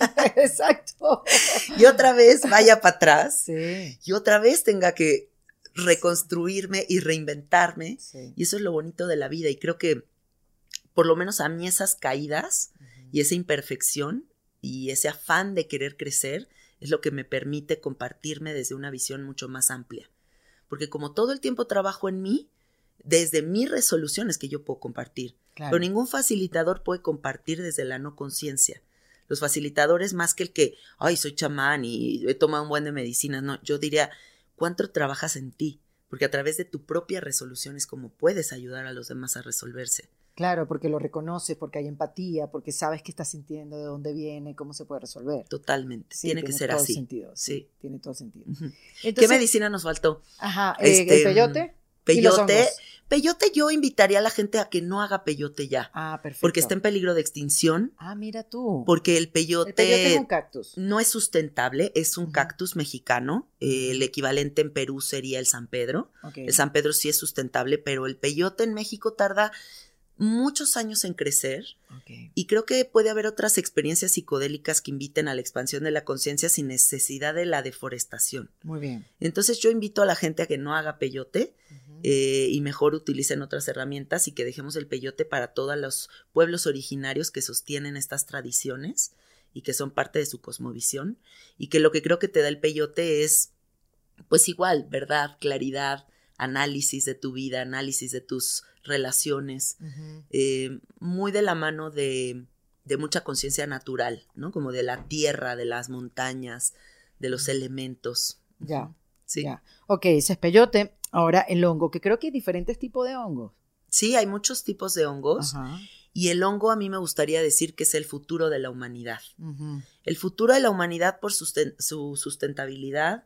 Exacto. Y otra vez vaya para atrás. Sí. Y otra vez tenga que reconstruirme y reinventarme. Sí. Y eso es lo bonito de la vida. Y creo que, por lo menos a mí, esas caídas uh-huh. y esa imperfección y ese afán de querer crecer es lo que me permite compartirme desde una visión mucho más amplia. Porque como todo el tiempo trabajo en mí, desde mis resoluciones que yo puedo compartir. Claro. Pero ningún facilitador puede compartir desde la no conciencia. Los facilitadores, más que el que, ay, soy chamán y he tomado un buen de medicinas, no, yo diría, ¿cuánto trabajas en ti? Porque a través de tu propia resolución es como puedes ayudar a los demás a resolverse. Claro, porque lo reconoces, porque hay empatía, porque sabes qué estás sintiendo, de dónde viene, cómo se puede resolver. Totalmente, sí, tiene, tiene que ser todo así. Sentido, sí, sí, tiene todo sentido. Uh-huh. Entonces, ¿qué medicina nos faltó? Ajá, este, el peyote. Peyote, peyote yo invitaría a la gente a que no haga peyote ya. Ah, perfecto. Porque está en peligro de extinción. Ah, mira tú. Porque el peyote, el peyote es un cactus. No es sustentable, es un uh-huh. cactus mexicano. Eh, el equivalente en Perú sería el San Pedro. Okay. El San Pedro sí es sustentable, pero el peyote en México tarda muchos años en crecer. Okay. Y creo que puede haber otras experiencias psicodélicas que inviten a la expansión de la conciencia sin necesidad de la deforestación. Muy bien. Entonces yo invito a la gente a que no haga peyote uh-huh. eh, y mejor utilicen otras herramientas y que dejemos el peyote para todos los pueblos originarios que sostienen estas tradiciones y que son parte de su cosmovisión, y que lo que creo que te da el peyote es pues igual, verdad, claridad, análisis de tu vida, análisis de tus relaciones, uh-huh. eh, muy de la mano de, de mucha conciencia natural, ¿no? Como de la tierra, de las montañas, de los elementos. Ya, sí. ya. Ok, ese es peyote. Ahora el hongo, que creo que hay diferentes tipos de hongos. Sí, hay muchos tipos de hongos. Ajá. Y el hongo a mí me gustaría decir que es el futuro de la humanidad. Uh-huh. El futuro de la humanidad por susten- su sustentabilidad,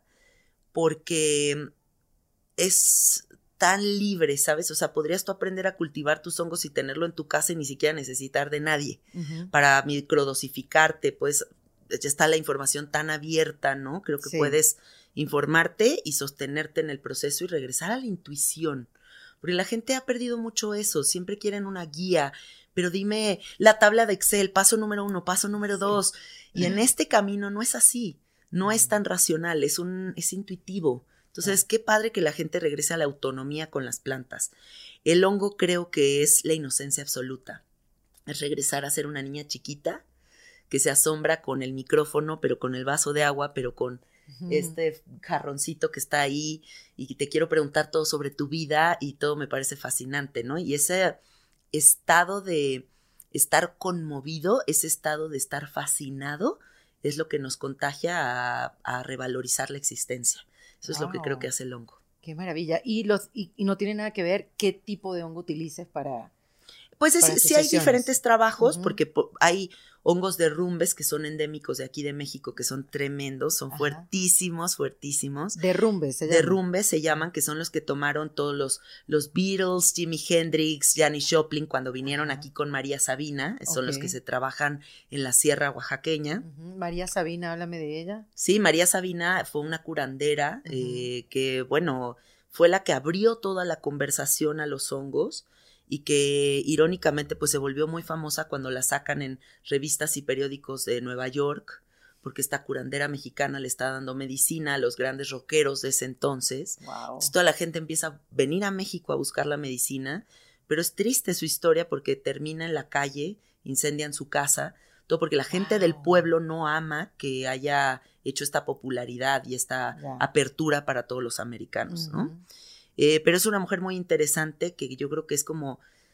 porque es tan libre, ¿sabes? O sea, podrías tú aprender a cultivar tus hongos y tenerlo en tu casa y ni siquiera necesitar de nadie uh-huh. para microdosificarte, pues ya está la información tan abierta, ¿no? Creo que sí. puedes informarte y sostenerte en el proceso y regresar a la intuición, porque la gente ha perdido mucho eso, siempre quieren una guía, pero dime la tabla de Excel, paso número uno, paso número dos, sí. y en este camino no es así, no es tan racional, es un, es intuitivo. Entonces, qué padre que la gente regrese a la autonomía con las plantas. El hongo creo que es la inocencia absoluta. Es regresar a ser una niña chiquita que se asombra con el micrófono, pero con el vaso de agua, pero con uh-huh. este jarroncito que está ahí y te quiero preguntar todo sobre tu vida y todo me parece fascinante, ¿no? Y ese estado de estar conmovido, ese estado de estar fascinado, es lo que nos contagia a, a revalorizar la existencia. Eso wow. es lo que creo que hace el hongo. Qué maravilla. Y, los, y, y no tiene nada que ver qué tipo de hongo utilices para... Pues es, sí hay diferentes trabajos, uh-huh. porque po- hay hongos derrumbes que son endémicos de aquí de México, que son tremendos, son Ajá. fuertísimos, fuertísimos. Derrumbes se llaman. Derrumbes se llaman, que son los que tomaron todos los, los Beatles, Jimi Hendrix, Janis Joplin, cuando vinieron Ajá. aquí con María Sabina, son okay. los que se trabajan en la sierra oaxaqueña. Uh-huh. María Sabina, háblame de ella. Sí, María Sabina fue una curandera uh-huh. eh, que, bueno, fue la que abrió toda la conversación a los hongos, y que irónicamente pues se volvió muy famosa cuando la sacan en revistas y periódicos de Nueva York, porque esta curandera mexicana le está dando medicina a los grandes rockeros de ese entonces. Wow. Entonces toda la gente empieza a venir a México a buscar la medicina, pero es triste su historia porque termina en la calle, incendian su casa, todo porque la gente wow. del pueblo no ama que haya hecho esta popularidad y esta yeah. apertura para todos los americanos, uh-huh. ¿no? Eh, pero es una mujer muy interesante que yo creo que es como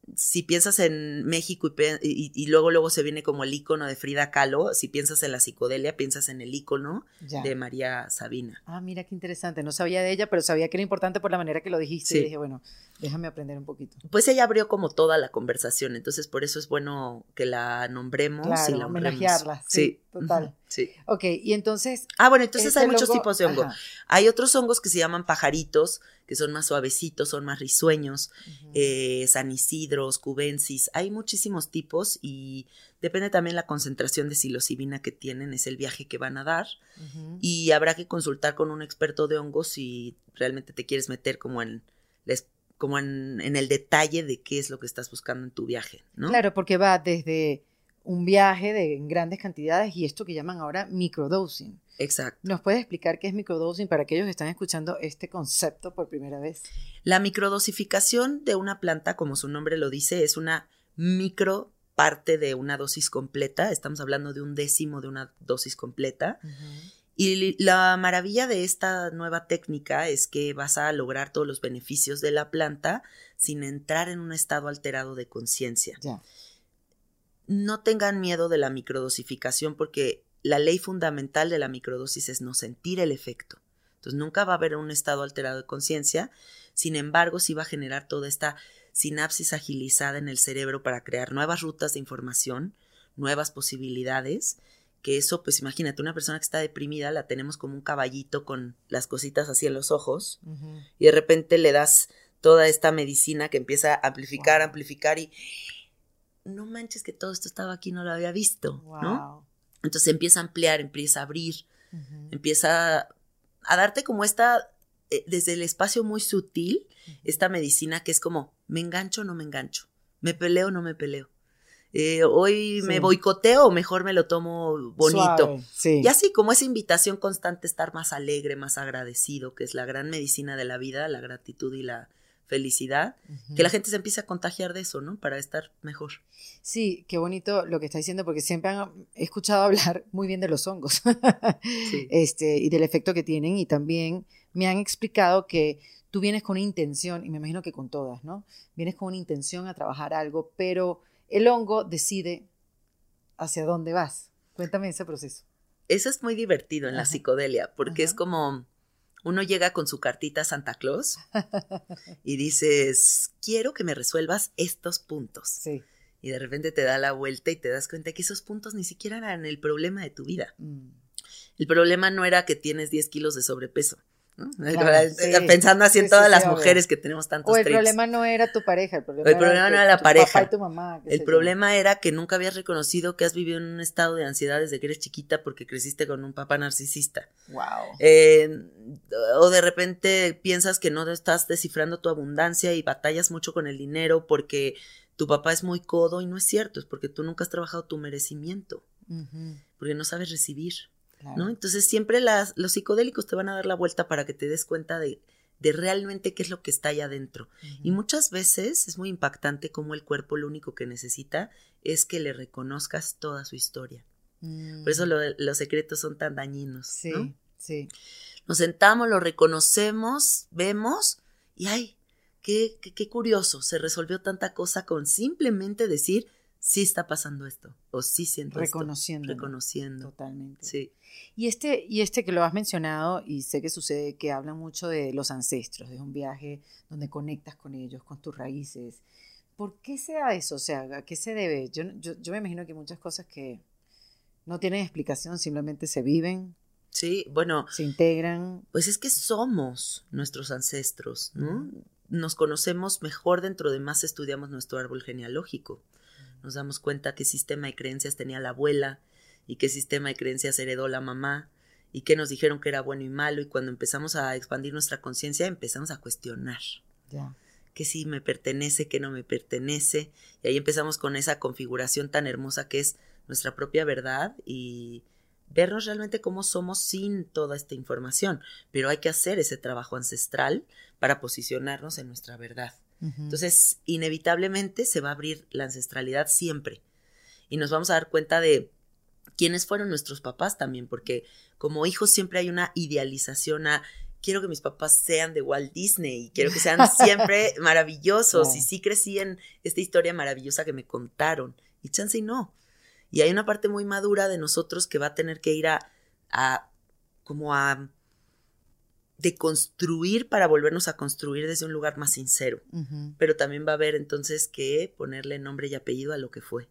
si piensas en México y, y, y luego luego se viene como el ícono de Frida Kahlo, si piensas en la psicodelia, piensas en el ícono ya. de María Sabina. Ah, mira qué interesante, no sabía de ella, pero sabía que era importante por la manera que lo dijiste sí. y dije, bueno, déjame aprender un poquito. Pues ella abrió como toda la conversación, entonces por eso es bueno que la nombremos claro, y la homenajearla, sí, sí. total. Uh-huh. Sí. Ok, y entonces... Ah, bueno, entonces hay muchos hongo, tipos de hongo. Ajá. Hay otros hongos que se llaman pajaritos, que son más suavecitos, son más risueños, uh-huh. eh, San Isidro, cubensis, hay muchísimos tipos y depende también la concentración de psilocibina que tienen, es el viaje que van a dar uh-huh. y habrá que consultar con un experto de hongos si realmente te quieres meter como en les, como en, en el detalle de qué es lo que estás buscando en tu viaje, ¿no? Claro, porque va desde un viaje de en grandes cantidades y esto que llaman ahora microdosing. Exacto. ¿Nos puedes explicar qué es microdosing para aquellos que están escuchando este concepto por primera vez? La microdosificación de una planta, como su nombre lo dice, es una micro parte de una dosis completa. Estamos hablando de un décimo de una dosis completa. Uh-huh. Y la maravilla de esta nueva técnica es que vas a lograr todos los beneficios de la planta sin entrar en un estado alterado de conciencia. Ya. No tengan miedo de la microdosificación porque la ley fundamental de la microdosis es no sentir el efecto. Entonces nunca va a haber un estado alterado de conciencia, sin embargo sí va a generar toda esta sinapsis agilizada en el cerebro para crear nuevas rutas de información, nuevas posibilidades, que eso pues imagínate, una persona que está deprimida la tenemos como un caballito con las cositas así en los ojos uh-huh. y de repente le das toda esta medicina que empieza a amplificar, wow. amplificar y no manches que todo esto estaba aquí, no lo había visto, wow. ¿no? Entonces empieza a ampliar, empieza a abrir, uh-huh. empieza a, a darte como esta, eh, desde el espacio muy sutil, uh-huh. esta medicina que es como, me engancho o no me engancho, me peleo o no me peleo, eh, hoy sí. me boicoteo o mejor me lo tomo bonito. Sí. Y así como esa invitación constante a estar más alegre, más agradecido, que es la gran medicina de la vida, la gratitud y la felicidad, uh-huh. que la gente se empiece a contagiar de eso, ¿no? Para estar mejor. Sí, qué bonito lo que está diciendo, porque siempre han he escuchado hablar muy bien de los hongos sí. este, y del efecto que tienen, y también me han explicado que tú vienes con una intención, y me imagino que con todas, ¿no? Vienes con una intención a trabajar algo, pero el hongo decide hacia dónde vas. Cuéntame ese proceso. Eso es muy divertido en Ajá. la psicodelia, porque Ajá. es como... Uno llega con su cartita a Santa Claus y dices, quiero que me resuelvas estos puntos. Sí. Y de repente te da la vuelta y te das cuenta que esos puntos ni siquiera eran el problema de tu vida. Mm. El problema no era que tienes diez kilos de sobrepeso, ¿no? Claro, sí. Pensando así en sí, todas sí, las sí, mujeres obvio. Que tenemos tantos O el traits. problema no era tu pareja, el problema, el problema era no era la tu pareja. Papá y tu mamá, el problema yo. Era que nunca habías reconocido que has vivido en un estado de ansiedad desde que eres chiquita porque creciste con un papá narcisista. Wow. Eh, o de repente piensas que no estás descifrando tu abundancia y batallas mucho con el dinero porque tu papá es muy codo, y no es cierto, es porque tú nunca has trabajado tu merecimiento, uh-huh. porque no sabes recibir. Claro. ¿No? Entonces siempre las, los psicodélicos te van a dar la vuelta para que te des cuenta de, de realmente qué es lo que está allá adentro. Uh-huh. Y muchas veces es muy impactante cómo el cuerpo lo único que necesita es que le reconozcas toda su historia. Uh-huh. Por eso lo, los secretos son tan dañinos. Sí, ¿no? sí. Nos sentamos, lo reconocemos, vemos y ¡ay! Qué, qué, qué curioso, se resolvió tanta cosa con simplemente decir sí está pasando esto, o sí siento reconociendo, esto. Reconociendo. Totalmente. Sí. Y este, y este que lo has mencionado, y sé que sucede, que hablan mucho de los ancestros, de un viaje donde conectas con ellos, con tus raíces. ¿Por qué se da eso? O sea, ¿a qué se debe? Yo, yo, yo me imagino que hay muchas cosas que no tienen explicación, simplemente se viven. Sí, bueno. Se integran. Pues es que somos nuestros ancestros, ¿no? Mm. Nos conocemos mejor dentro de más estudiamos nuestro árbol genealógico. Nos damos cuenta qué sistema de creencias tenía la abuela y qué sistema de creencias heredó la mamá y qué nos dijeron que era bueno y malo, y cuando empezamos a expandir nuestra conciencia empezamos a cuestionar. Ya. Qué sí me pertenece, qué no me pertenece, y ahí empezamos con esa configuración tan hermosa que es nuestra propia verdad y vernos realmente cómo somos sin toda esta información, pero hay que hacer ese trabajo ancestral para posicionarnos en nuestra verdad. Uh-huh. Entonces, inevitablemente se va a abrir la ancestralidad siempre y nos vamos a dar cuenta de quiénes fueron nuestros papás también, porque como hijos siempre hay una idealización a quiero que mis papás sean de Walt Disney y quiero que sean siempre maravillosos. Wow. Y sí crecí en esta historia maravillosa que me contaron. Y chance y no. Y hay una parte muy madura de nosotros que va a tener que ir a, a como a deconstruir para volvernos a construir desde un lugar más sincero. Uh-huh. Pero también va a haber entonces que ponerle nombre y apellido a lo que fue.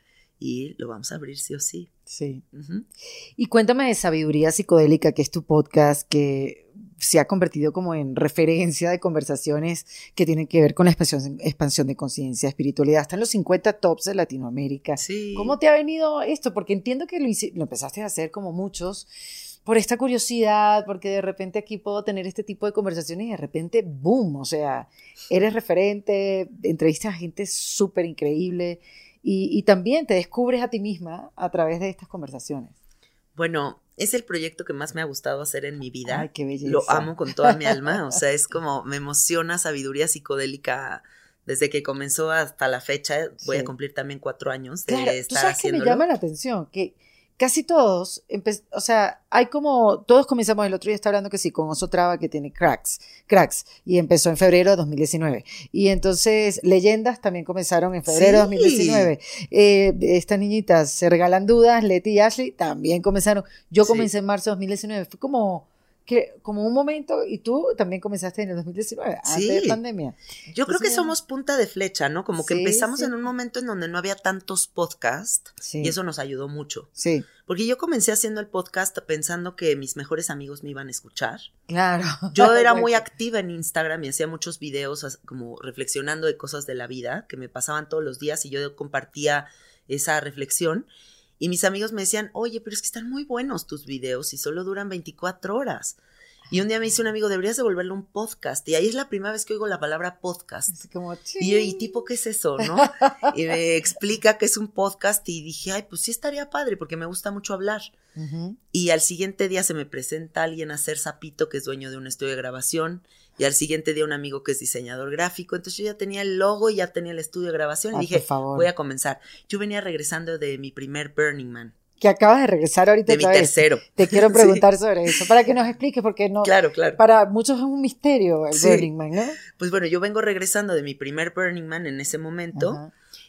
Y lo vamos a abrir sí o sí. Sí. Uh-huh. Y cuéntame de Sabiduría Psicodélica, que es tu podcast que se ha convertido como en referencia de conversaciones que tienen que ver con la expansión, expansión de conciencia, espiritualidad. Está en los cincuenta tops de Latinoamérica. Sí. ¿Cómo te ha venido esto? Porque entiendo que lo, hice, lo empezaste a hacer como muchos por esta curiosidad, porque de repente aquí puedo tener este tipo de conversaciones y de repente, boom, o sea, eres referente, entrevistas a gente súper increíble. Y, y también te descubres a ti misma a través de estas conversaciones. Bueno, es el proyecto que más me ha gustado hacer en mi vida. Ay, qué belleza. Lo amo con toda mi alma. O sea, es como, me emociona Sabiduría Psicodélica desde que comenzó hasta la fecha. Voy Sí. a cumplir también cuatro años de Claro, estar tú sabes que me haciéndolo. llama la atención, que casi todos, empe- o sea, hay como, todos comenzamos, el otro día estaba hablando que sí, con Oso Traba que tiene cracks, cracks, y empezó en febrero de dos mil diecinueve. Y entonces, Leyendas también comenzaron en febrero de Sí. dos mil diecinueve. Eh, estas niñitas Se Regalan Dudas, Leti y Ashley, también comenzaron. Yo Sí. comencé en marzo de dos mil diecinueve. Fue como, que, como un momento, y tú también comenzaste en el dos mil diecinueve, antes Sí. de pandemia. Yo creo que Entonces, somos punta de flecha, ¿no? Como que Sí, empezamos sí. en un momento en donde no había tantos podcasts Sí. y eso nos ayudó mucho. Sí, Porque yo comencé haciendo el podcast pensando que mis mejores amigos me iban a escuchar. claro. Yo era muy Exacto. activa en Instagram y hacía muchos videos as- como reflexionando de cosas de la vida que me pasaban todos los días y yo compartía esa reflexión. Y mis amigos me decían, oye, pero es que están muy buenos tus videos y solo duran veinticuatro horas. Y un día me dice un amigo, deberías de volverlo un podcast. Y ahí es la primera vez que oigo la palabra podcast. Así como, Y yo, ¿y tipo qué es eso, no? Y me explica que es un podcast y dije, ay, pues sí estaría padre porque me gusta mucho hablar. Ujú. Y al siguiente día se me presenta alguien a hacer Zapito, que es dueño de un estudio de grabación. Y al siguiente día un amigo que es diseñador gráfico. Entonces yo ya tenía el logo y ya tenía el estudio de grabación. Y Ay, dije, por favor. voy a comenzar. Yo venía regresando de mi primer Burning Man, Que acabas de regresar ahorita de mi otra vez. tercero. Te quiero Sí. preguntar sobre eso, para que nos expliques, porque no, Claro, claro. para muchos es un misterio el Sí. Burning Man, ¿no? Pues bueno, yo vengo regresando de mi primer Burning Man en ese momento. Ajá.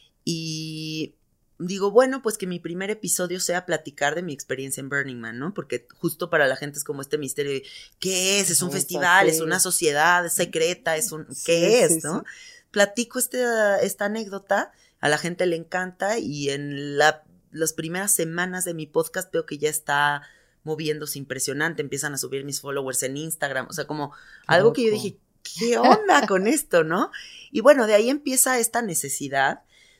Y digo, bueno, pues que mi primer episodio sea platicar de mi experiencia en Burning Man, ¿no? Porque justo para la gente es como este misterio de, ¿qué es? ¿Es un Eso, festival? sí. ¿Es una sociedad? ¿Es secreta? ¿Es un Sí, qué es? sí, ¿no? sí. Platico este, esta anécdota, a la gente le encanta y en la, las primeras semanas de mi podcast veo que ya está moviéndose impresionante, empiezan a subir mis followers en Instagram, o sea, como Qué algo que yo loco. dije, ¿qué onda con esto, no? Y bueno, de ahí empieza esta necesidad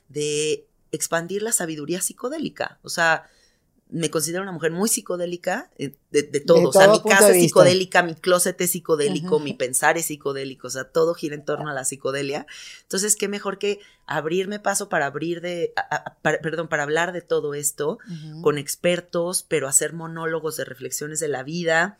de expandir la sabiduría psicodélica. O sea, me considero una mujer muy psicodélica eh, de, de todo. De O sea, todo mi punto casa de es vista. psicodélica, mi closet es psicodélico, Ajá. mi pensar es psicodélico. O sea, todo gira en torno a la psicodelia. Entonces, qué mejor que abrirme paso para abrir de, a- a- para- perdón, para hablar de todo esto Ujú. con expertos, pero hacer monólogos de reflexiones de la vida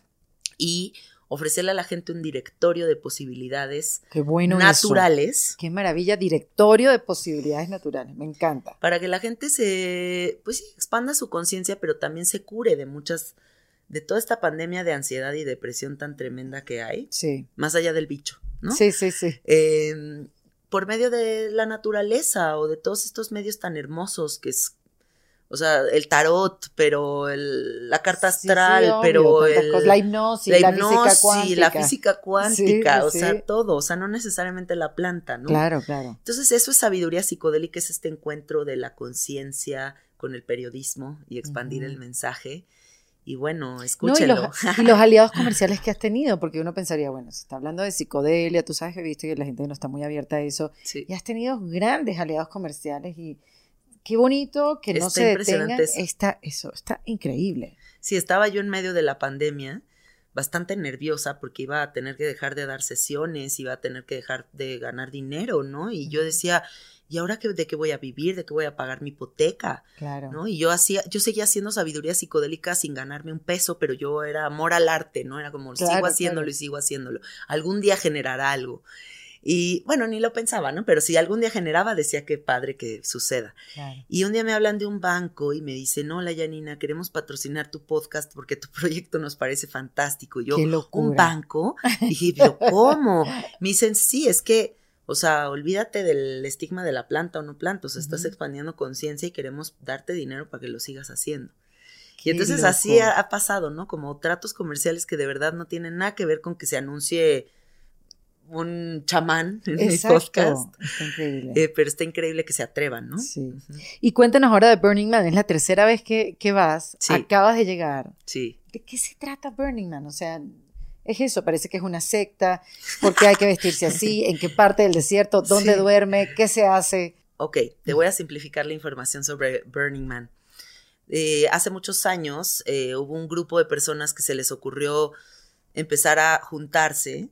y ofrecerle a la gente un directorio de posibilidades Qué bueno eso. naturales Qué maravilla, directorio de posibilidades naturales, me encanta. para que la gente se, pues sí, expanda su conciencia, pero también se cure de muchas, de toda esta pandemia de ansiedad y depresión tan tremenda que hay, Sí, más allá del bicho, ¿no? sí, sí, sí. Eh, por medio de la naturaleza o de todos estos medios tan hermosos que es, o sea, el tarot, pero el- la carta Sí, sí, astral, obvio, pero tantas el, cosas, la hipnosis, la la, hipnosis, física cuántica. la física cuántica, Sí, o sí, sea, sí. todo, o sea, no necesariamente la planta, ¿no? Claro, claro. Entonces, eso es sabiduría psicodélica, es este encuentro de la conciencia con el periodismo y expandir Ujú. el mensaje. Y bueno, No, y, escúchenlo. los, y los aliados comerciales que has tenido, porque uno pensaría, bueno, se está hablando de psicodelia, tú sabes que viste que la gente no está muy abierta a eso, Sí. y has tenido grandes aliados comerciales y qué bonito que no Está se impresionante detengan. eso. Está, eso está increíble. Sí, estaba yo en medio de la pandemia, bastante nerviosa porque iba a tener que dejar de dar sesiones, iba a tener que dejar de ganar dinero, ¿no? Y yo decía, ¿y ahora qué, de qué voy a vivir? ¿De qué voy a pagar mi hipoteca? Claro. ¿No? Y yo hacía, yo seguía haciendo sabiduría psicodélica sin ganarme un peso, pero yo era amor al arte, ¿no? Era como, Claro, sigo haciéndolo claro. y sigo haciéndolo. Algún día generará algo. Y bueno, ni lo pensaba, ¿no? Pero si algún día generaba, decía qué padre que suceda. Claro. Y un día me hablan de un banco y me dicen, hola Janina, queremos patrocinar tu podcast porque tu proyecto nos parece fantástico. Y yo, ¡qué locura! ¿un banco? Y dije, ¿pero cómo? Me dicen, sí, es que, o sea, olvídate del estigma de la planta o no planta, o sea, uh-huh. estás expandiendo conciencia y queremos darte dinero para que lo sigas haciendo. Y entonces loco. Así ha, ha pasado, ¿no? Como tratos comerciales que de verdad no tienen nada que ver con que se anuncie un chamán en Exacto. mi podcast. Está increíble. Eh, pero está increíble que se atrevan, ¿no? Sí. Uh-huh. Y cuéntanos ahora de Burning Man. Es la tercera vez que, que vas. Sí. Acabas de llegar. Sí. ¿De qué se trata Burning Man? O sea, es eso. Parece que es una secta. ¿Por qué hay que vestirse así? ¿En qué parte del desierto? ¿Dónde sí. duerme? ¿Qué se hace? Ok, te voy a simplificar la información sobre Burning Man. Eh, hace muchos años eh, hubo un grupo de personas que se les ocurrió empezar a juntarse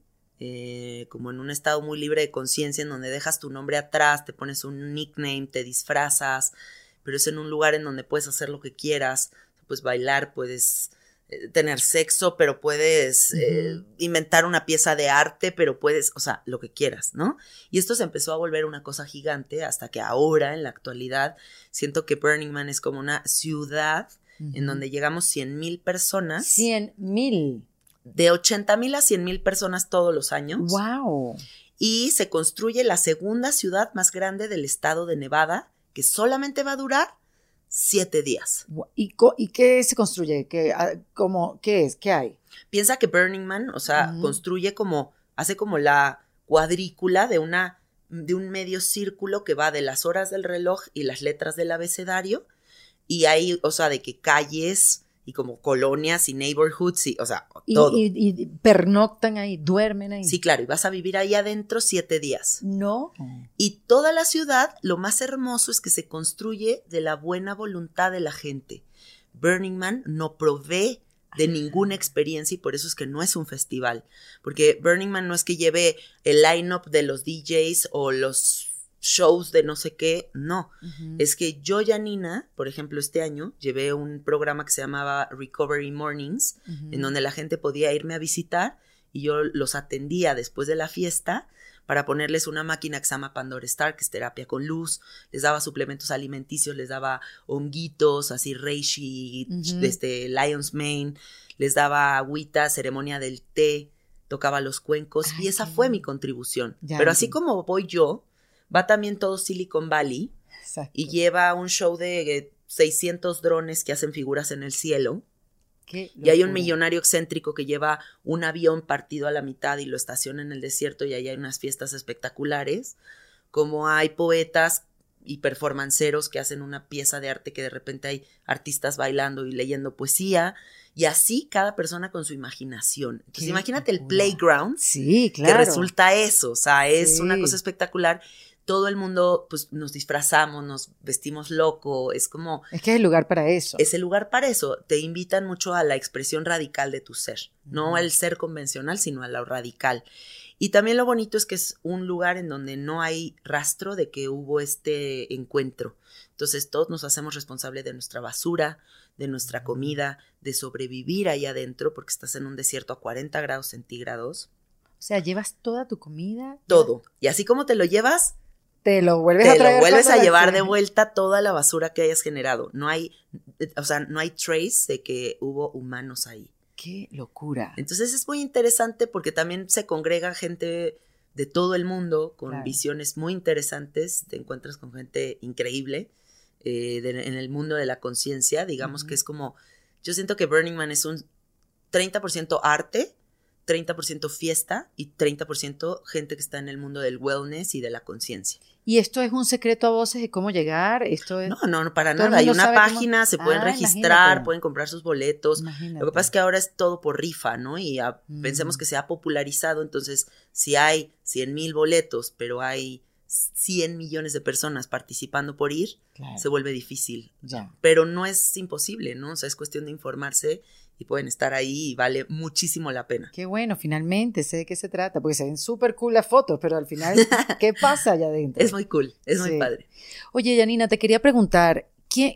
Eh, como en un estado muy libre de conciencia, en donde dejas tu nombre atrás, te pones un nickname, te disfrazas, pero es en un lugar en donde puedes hacer lo que quieras, puedes bailar, puedes eh, tener sexo, pero puedes uh-huh. eh, inventar una pieza de arte, pero puedes, o sea, lo que quieras, ¿no? Y esto se empezó a volver una cosa gigante hasta que ahora, en la actualidad, siento que Burning Man es como una ciudad uh-huh. en donde llegamos cien mil personas. cien mil. De ochenta mil a cien mil personas todos los años. ¡Wow! Y se construye la segunda ciudad más grande del estado de Nevada, que solamente va a durar siete días. ¿Y, y qué se construye? ¿Qué, cómo, ¿Qué es? ¿Qué hay? Piensa que Burning Man, o sea, uh-huh. construye como, hace como la cuadrícula de, una, de un medio círculo que va de las horas del reloj y las letras del abecedario. Y hay, o sea, de que calles y como colonias y neighborhoods, y, o sea, todo. Y, y, y pernoctan ahí, duermen ahí. Sí, claro, y vas a vivir ahí adentro siete días. No. Y toda la ciudad, lo más hermoso es que se construye de la buena voluntad de la gente. Burning Man no provee de ninguna experiencia y por eso es que no es un festival. Porque Burning Man no es que lleve el line-up de los D Js o los shows de no sé qué, no. Uh-huh. Es que yo, Janina, por ejemplo, este año llevé un programa que se llamaba Recovery Mornings, uh-huh. en donde la gente podía irme a visitar y yo los atendía después de la fiesta para ponerles una máquina que se llama Pandora Star, que es terapia con luz, les daba suplementos alimenticios, les daba honguitos, así reishi, uh-huh. este, lion's mane, les daba agüita, ceremonia del té, tocaba los cuencos. Ay, y esa fue mi contribución. Ya, pero así como voy yo, va también todo Silicon Valley. Exacto. Y lleva un show de seiscientos drones que hacen figuras en el cielo. Qué y hay un millonario excéntrico que lleva un avión partido a la mitad y lo estaciona en el desierto y ahí hay unas fiestas espectaculares. Como hay poetas y performanceros que hacen una pieza de arte que de repente hay artistas bailando y leyendo poesía. Y así cada persona con su imaginación. Entonces imagínate el playground. Sí, claro. Que resulta eso. O sea, es sí. una cosa espectacular. Todo el mundo, pues, nos disfrazamos, nos vestimos loco, es como... Es que es el lugar para eso. Es el lugar para eso. Te invitan mucho a la expresión radical de tu ser. Mm. No al ser convencional, sino a lo radical. Y también lo bonito es que es un lugar en donde no hay rastro de que hubo este encuentro. Entonces, todos nos hacemos responsables de nuestra basura, de nuestra comida, de sobrevivir ahí adentro, porque estás en un desierto a cuarenta grados centígrados. O sea, ¿llevas toda tu comida? Todo. Y así como te lo llevas... Te lo vuelves te a traer. Te lo vuelves a llevar así. de vuelta toda la basura que hayas generado. No hay, o sea, no hay trace de que hubo humanos ahí. ¡Qué locura! Entonces es muy interesante porque también se congrega gente de todo el mundo con claro. visiones muy interesantes. Te encuentras con gente increíble eh, de, en el mundo de la conciencia. Digamos uh-huh. que es como, yo siento que Burning Man es un treinta por ciento arte, treinta por ciento fiesta y treinta por ciento gente que está en el mundo del wellness y de la conciencia. ¿Y esto es un secreto a voces de cómo llegar? Esto es... No, no, no, para nada. Hay una página, cómo... se pueden ah, registrar, imagínate. Pueden comprar sus boletos. Imagínate. Lo que pasa es que ahora es todo por rifa, ¿no? Y a, mm. pensemos que se ha popularizado, entonces si hay cien mil boletos, pero hay cien millones de personas participando por ir, claro. se vuelve difícil. Ya. Pero no es imposible, ¿no? O sea, es cuestión de informarse y pueden estar ahí y vale muchísimo la pena. Qué bueno, finalmente sé de qué se trata, porque se ven súper cool las fotos, pero al final, ¿qué pasa allá adentro? Es muy cool, es sí. muy padre. Oye, Janina, te quería preguntar, ¿quién,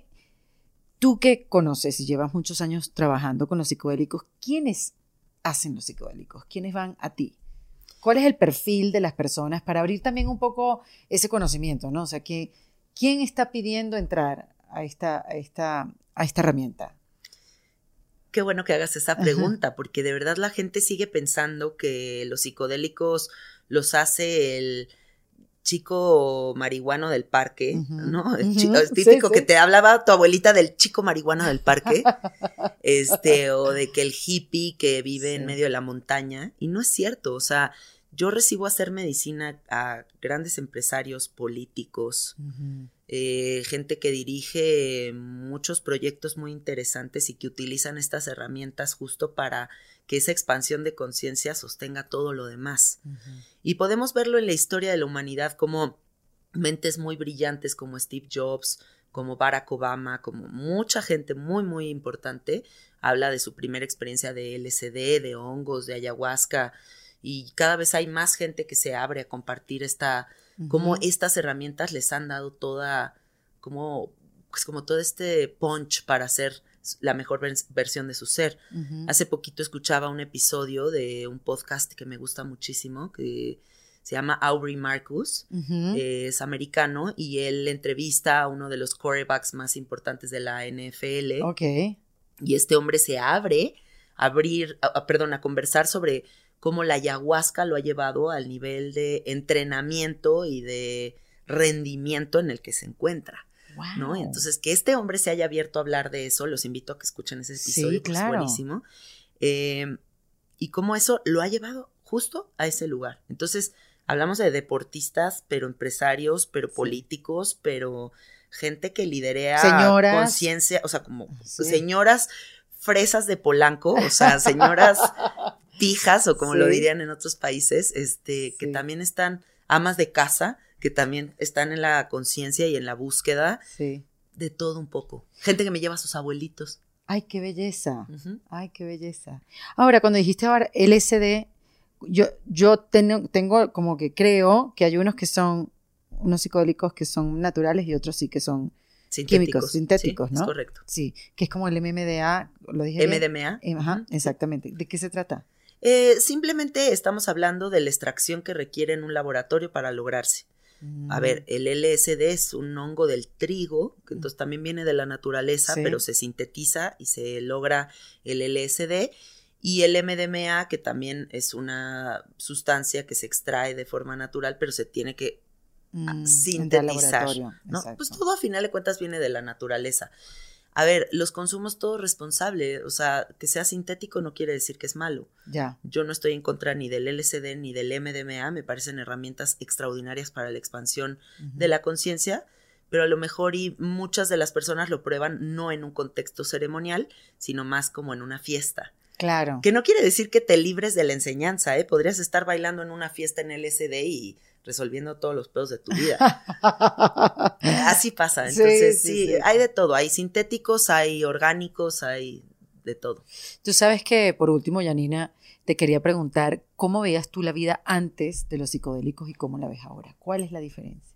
tú que conoces y llevas muchos años trabajando con los psicodélicos, ¿quiénes hacen los psicodélicos? ¿Quiénes van a ti? ¿Cuál es el perfil de las personas para abrir también un poco ese conocimiento, ¿no? O sea, que, ¿quién está pidiendo entrar a esta, a esta, a esta herramienta? Qué bueno que hagas esa pregunta, Ajá. porque de verdad la gente sigue pensando que los psicodélicos los hace el chico marihuano del parque, uh-huh. ¿no? El, chico, el típico sí, que sí. te hablaba tu abuelita del chico marihuano del parque, este, o de que el hippie que vive sí. en medio de la montaña, y no es cierto, o sea, yo recibo a hacer medicina a grandes empresarios políticos, uh-huh. eh, gente que dirige muchos proyectos muy interesantes y que utilizan estas herramientas justo para que esa expansión de conciencia sostenga todo lo demás. Uh-huh. Y podemos verlo en la historia de la humanidad como mentes muy brillantes como Steve Jobs, como Barack Obama, como mucha gente muy, muy importante, habla de su primera experiencia de L S D, de hongos, de ayahuasca, y cada vez hay más gente que se abre a compartir esta, uh-huh. como estas herramientas les han dado toda, como, pues como todo este punch para hacer la mejor vers- versión de su ser. Uh-huh. Hace poquito escuchaba un episodio de un podcast que me gusta muchísimo, que se llama Aubrey Marcus, uh-huh. eh, es americano, y él entrevista a uno de los quarterbacks más importantes de la N F L. Okay. Y este hombre se abre a abrir, a, a, perdón, a conversar sobre cómo la ayahuasca lo ha llevado al nivel de entrenamiento y de rendimiento en el que se encuentra. Wow. ¿No? Entonces, que este hombre se haya abierto a hablar de eso, los invito a que escuchen ese episodio, sí, claro. Es buenísimo. Eh, y cómo eso lo ha llevado justo a ese lugar. Entonces, hablamos de deportistas, pero empresarios, pero sí. políticos, pero gente que liderea conciencia, o sea, como sí. señoras fresas de Polanco, o sea, señoras pijas, o como sí. lo dirían en otros países, este, sí. que también están amas de casa, que también están en la conciencia y en la búsqueda sí. de todo un poco. Gente que me lleva a sus abuelitos. ¡Ay, qué belleza! Uh-huh. ¡Ay, qué belleza! Ahora, cuando dijiste ahora L S D, yo, yo ten, tengo como que creo que hay unos que son, unos psicodélicos que son naturales y otros sí que son sintéticos, químicos, sintéticos, sí, ¿no? Es correcto. Sí, que es como el M D M A, ¿lo dije M D M A. bien? Ajá, exactamente. ¿De qué se trata? Eh, simplemente estamos hablando de la extracción que requiere en un laboratorio para lograrse. A ver, el L S D es un hongo del trigo, que entonces también viene de la naturaleza, sí. pero se sintetiza y se logra el L S D, y el M D M A, que también es una sustancia que se extrae de forma natural, pero se tiene que mm, sintetizar, ¿no? Pues todo a final de cuentas viene de la naturaleza. A ver, los consumos todo responsable, o sea, que sea sintético no quiere decir que es malo. Ya. Yo no estoy en contra ni del L S D ni del M D M A, me parecen herramientas extraordinarias para la expansión uh-huh. de la conciencia, pero a lo mejor y muchas de las personas lo prueban no en un contexto ceremonial, sino más como en una fiesta. Claro. Que no quiere decir que te libres de la enseñanza, ¿eh? Podrías estar bailando en una fiesta en L S D y resolviendo todos los pedos de tu vida. Así pasa. Entonces, sí, sí, sí, sí, hay de todo. Hay sintéticos, hay orgánicos, hay de todo. Tú sabes que, por último, Janina, te quería preguntar, ¿cómo veías tú la vida antes de los psicodélicos y cómo la ves ahora? ¿Cuál es la diferencia?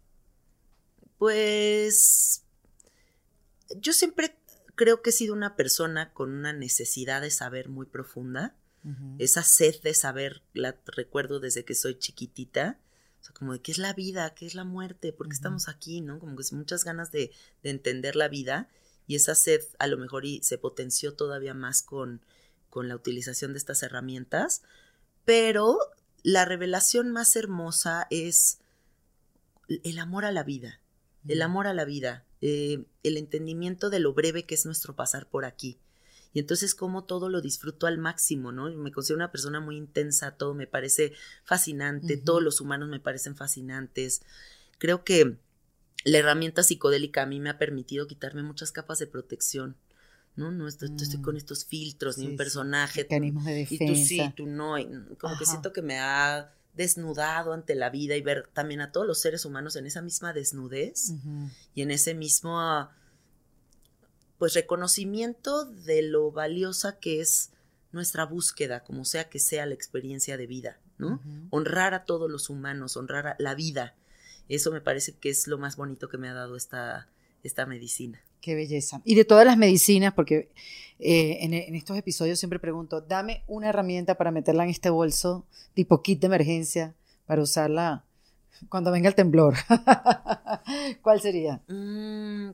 Pues, yo siempre creo que he sido una persona con una necesidad de saber muy profunda. Uh-huh. Esa sed de saber, la recuerdo desde que soy chiquitita. O sea, como de qué es la vida, qué es la muerte, por qué uh-huh. estamos aquí, ¿no? Como que muchas ganas de, de entender la vida, y esa sed a lo mejor y se potenció todavía más con, con la utilización de estas herramientas, pero la revelación más hermosa es el amor a la vida, uh-huh. el amor a la vida, eh, el entendimiento de lo breve que es nuestro pasar por aquí. Y entonces como todo lo disfruto al máximo, ¿no? Me considero una persona muy intensa, todo me parece fascinante, uh-huh. todos los humanos me parecen fascinantes. Creo que la herramienta psicodélica a mí me ha permitido quitarme muchas capas de protección, ¿no? No estoy, uh-huh. estoy con estos filtros, sí, ni un personaje. Mecanismos de defensa. Y tú sí, tú no. Y como Ajá. que siento que me ha desnudado ante la vida y ver también a todos los seres humanos en esa misma desnudez uh-huh. y en ese mismo... pues reconocimiento de lo valiosa que es nuestra búsqueda, como sea que sea la experiencia de vida, ¿no? Uh-huh. Honrar a todos los humanos, honrar a la vida. Eso me parece que es lo más bonito que me ha dado esta, esta medicina. Qué belleza. Y de todas las medicinas, porque eh, en, en estos episodios siempre pregunto, dame una herramienta para meterla en este bolso, tipo kit de emergencia, para usarla cuando venga el temblor. ¿Cuál sería? Mm,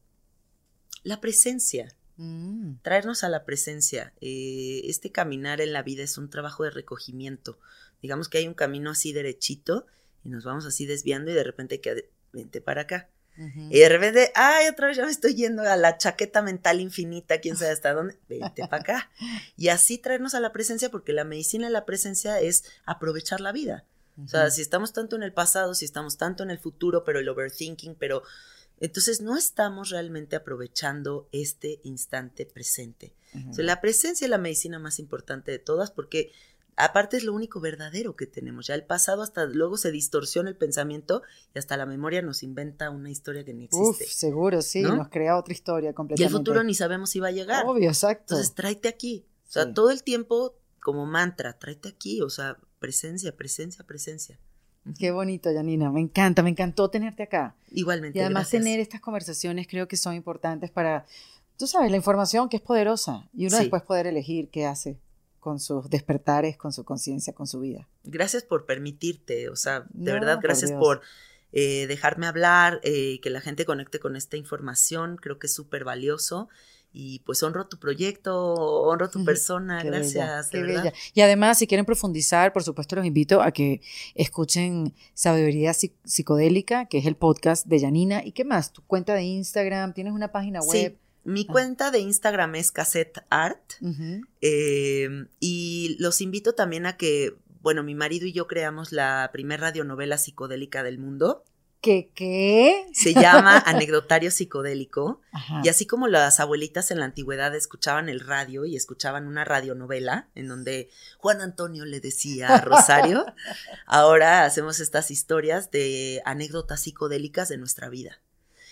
la presencia. Mm. Traernos a la presencia. Eh, este caminar en la vida es un trabajo de recogimiento. Digamos que hay un camino así derechito y nos vamos así desviando y de repente hay que, vente para acá. Uh-huh. Y de repente, ay, otra vez ya me estoy yendo a la chaqueta mental infinita, quién sabe hasta dónde, vente para acá. Y así traernos a la presencia, porque la medicina de la presencia es aprovechar la vida. Uh-huh. O sea, si estamos tanto en el pasado, si estamos tanto en el futuro, pero el overthinking, pero entonces no estamos realmente aprovechando este instante presente. Uh-huh. O sea, la presencia es la medicina más importante de todas, porque aparte es lo único verdadero que tenemos. Ya el pasado hasta luego se distorsiona el pensamiento y hasta la memoria nos inventa una historia que ni existe. Uf, seguro, sí, ¿no? Nos crea otra historia completamente. Y el futuro ni sabemos si va a llegar. Obvio, exacto. Entonces tráete aquí. O sea, sí. Todo el tiempo como mantra, tráete aquí. O sea, presencia, presencia, presencia. Qué bonito, Janina. Me encanta, me encantó tenerte acá. Igualmente, y además gracias. Tener estas conversaciones creo que son importantes para, tú sabes, la información que es poderosa. Y uno sí. después poder elegir qué hace con sus despertares, con su conciencia, con su vida. Gracias por permitirte, o sea, de no, verdad, gracias por, por eh, dejarme hablar, eh, que la gente conecte con esta información, creo que es súper valioso, y pues honro tu proyecto, honro tu persona, qué gracias, bella, de qué verdad. Bella. Y además, si quieren profundizar, por supuesto, los invito a que escuchen Sabiduría Psicodélica, que es el podcast de Janina, y qué más, tu cuenta de Instagram, tienes una página web. Sí. Mi ah. cuenta de Instagram es Cassette Art, uh-huh. eh, y los invito también a que, bueno, mi marido y yo creamos la primer radionovela psicodélica del mundo. ¿Qué qué? Se llama Anecdotario Psicodélico, Ajá. Y así como las abuelitas en la antigüedad escuchaban el radio y escuchaban una radionovela en donde Juan Antonio le decía a Rosario, ahora hacemos estas historias de anécdotas psicodélicas de nuestra vida.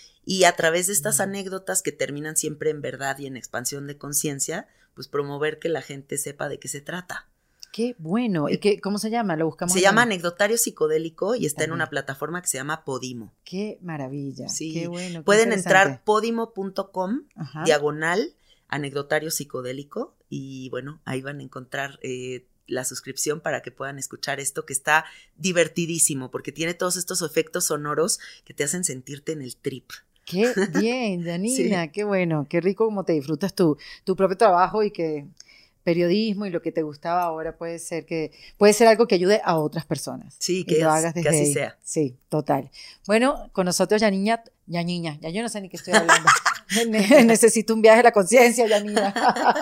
Y a través de estas anécdotas que terminan siempre en verdad y en expansión de conciencia, pues promover que la gente sepa de qué se trata. Qué bueno. ¿Y qué, cómo se llama? Lo buscamos. Se llama Anecdotario Psicodélico y está También. en una plataforma que se llama Podimo. Qué maravilla. Sí. Qué bueno. Qué Pueden entrar podimo punto com, diagonal, Anecdotario Psicodélico, y bueno, ahí van a encontrar eh, la suscripción para que puedan escuchar esto, que está divertidísimo, porque tiene todos estos efectos sonoros que te hacen sentirte en el trip. Qué bien, Janina, sí. Qué bueno, qué rico como te disfrutas tu, tu propio trabajo y que periodismo y lo que te gustaba ahora puede ser que puede ser algo que ayude a otras personas. Sí, que, lo es, hagas desde que así ahí. sea. Sí, total. Bueno, con nosotros Janina, Janina, ya yo no sé ni qué estoy hablando. Necesito un viaje a la conciencia, Janina.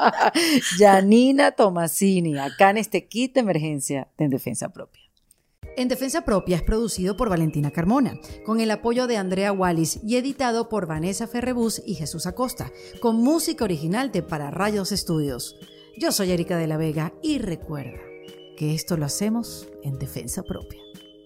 Janina Tomasini, acá en este kit de emergencia de En Defensa Propia. En Defensa Propia es producido por Valentina Carmona, con el apoyo de Andrea Wallis y editado por Vanessa Ferrebus y Jesús Acosta, con música original de Para Rayos Estudios. Yo soy Erika de la Vega y recuerda que esto lo hacemos en Defensa Propia.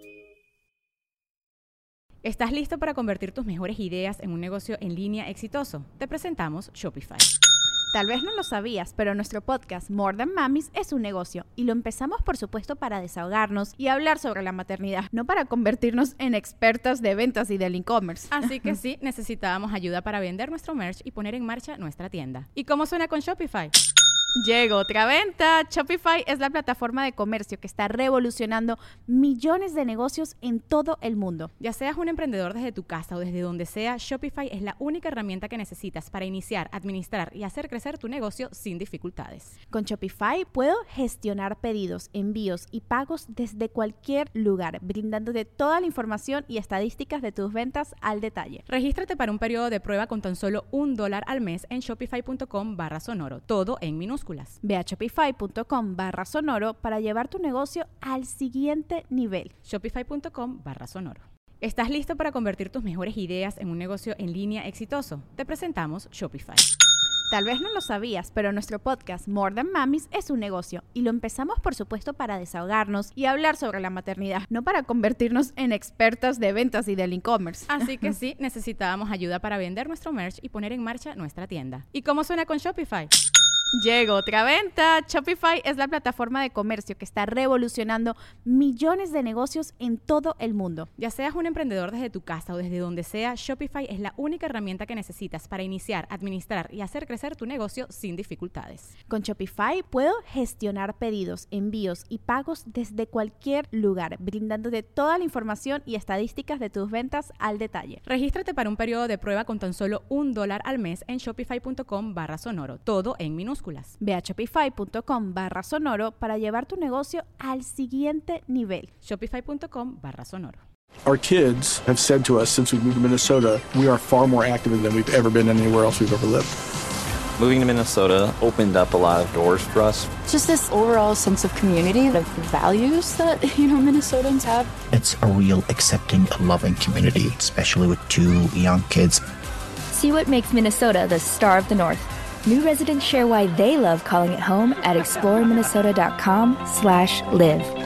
¿Estás listo para convertir tus mejores ideas en un negocio en línea exitoso? Te presentamos Shopify. Tal vez no lo sabías, pero nuestro podcast More Than Mamis es un negocio y lo empezamos por supuesto para desahogarnos y hablar sobre la maternidad, no para convertirnos en expertas de ventas y del e-commerce. Así que sí, necesitábamos ayuda para vender nuestro merch y poner en marcha nuestra tienda. ¿Y cómo suena con Shopify? Llegó otra venta. Shopify es la plataforma de comercio que está revolucionando millones de negocios en todo el mundo. Ya seas un emprendedor desde tu casa o desde donde sea, Shopify es la única herramienta que necesitas para iniciar, administrar y hacer crecer tu negocio sin dificultades. Con Shopify puedo gestionar pedidos, envíos y pagos desde cualquier lugar, brindándote toda la información y estadísticas de tus ventas al detalle. Regístrate para un periodo de prueba con tan solo un dólar al mes en shopify.com barra sonoro, todo en minúsculas. Ve a shopify.com barra sonoro para llevar tu negocio al siguiente nivel. Shopify.com barra sonoro. ¿Estás listo para convertir tus mejores ideas en un negocio en línea exitoso? Te presentamos Shopify. Tal vez no lo sabías, pero nuestro podcast More Than Mamis es un negocio y lo empezamos por supuesto para desahogarnos y hablar sobre la maternidad, no para convertirnos en expertas de ventas y del e-commerce. Así que sí, necesitábamos ayuda para vender nuestro merch y poner en marcha nuestra tienda. ¿Y cómo suena con Shopify? Llegó otra venta. Shopify es la plataforma de comercio que está revolucionando millones de negocios en todo el mundo. Ya seas un emprendedor desde tu casa o desde donde sea, Shopify es la única herramienta que necesitas para iniciar, administrar y hacer crecer tu negocio sin dificultades. Con Shopify puedo gestionar pedidos, envíos y pagos desde cualquier lugar, brindándote toda la información y estadísticas de tus ventas al detalle. Regístrate para un periodo de prueba con tan solo un dólar al mes en shopify.com barra sonoro, todo en minúsculas. Ve a shopify.com barra sonoro para llevar tu negocio al siguiente nivel. Shopify.com barra sonoro. Our kids have said to us since we moved to Minnesota, we are far more active than we've ever been anywhere else we've ever lived. Moving to Minnesota opened up a lot of doors for us. Just this overall sense of community and of values that, you know, Minnesotans have. It's a real accepting, loving community, especially with two young kids. See what makes Minnesota the star of the North. New residents share why they love calling it home at exploreminnesota.com slash live.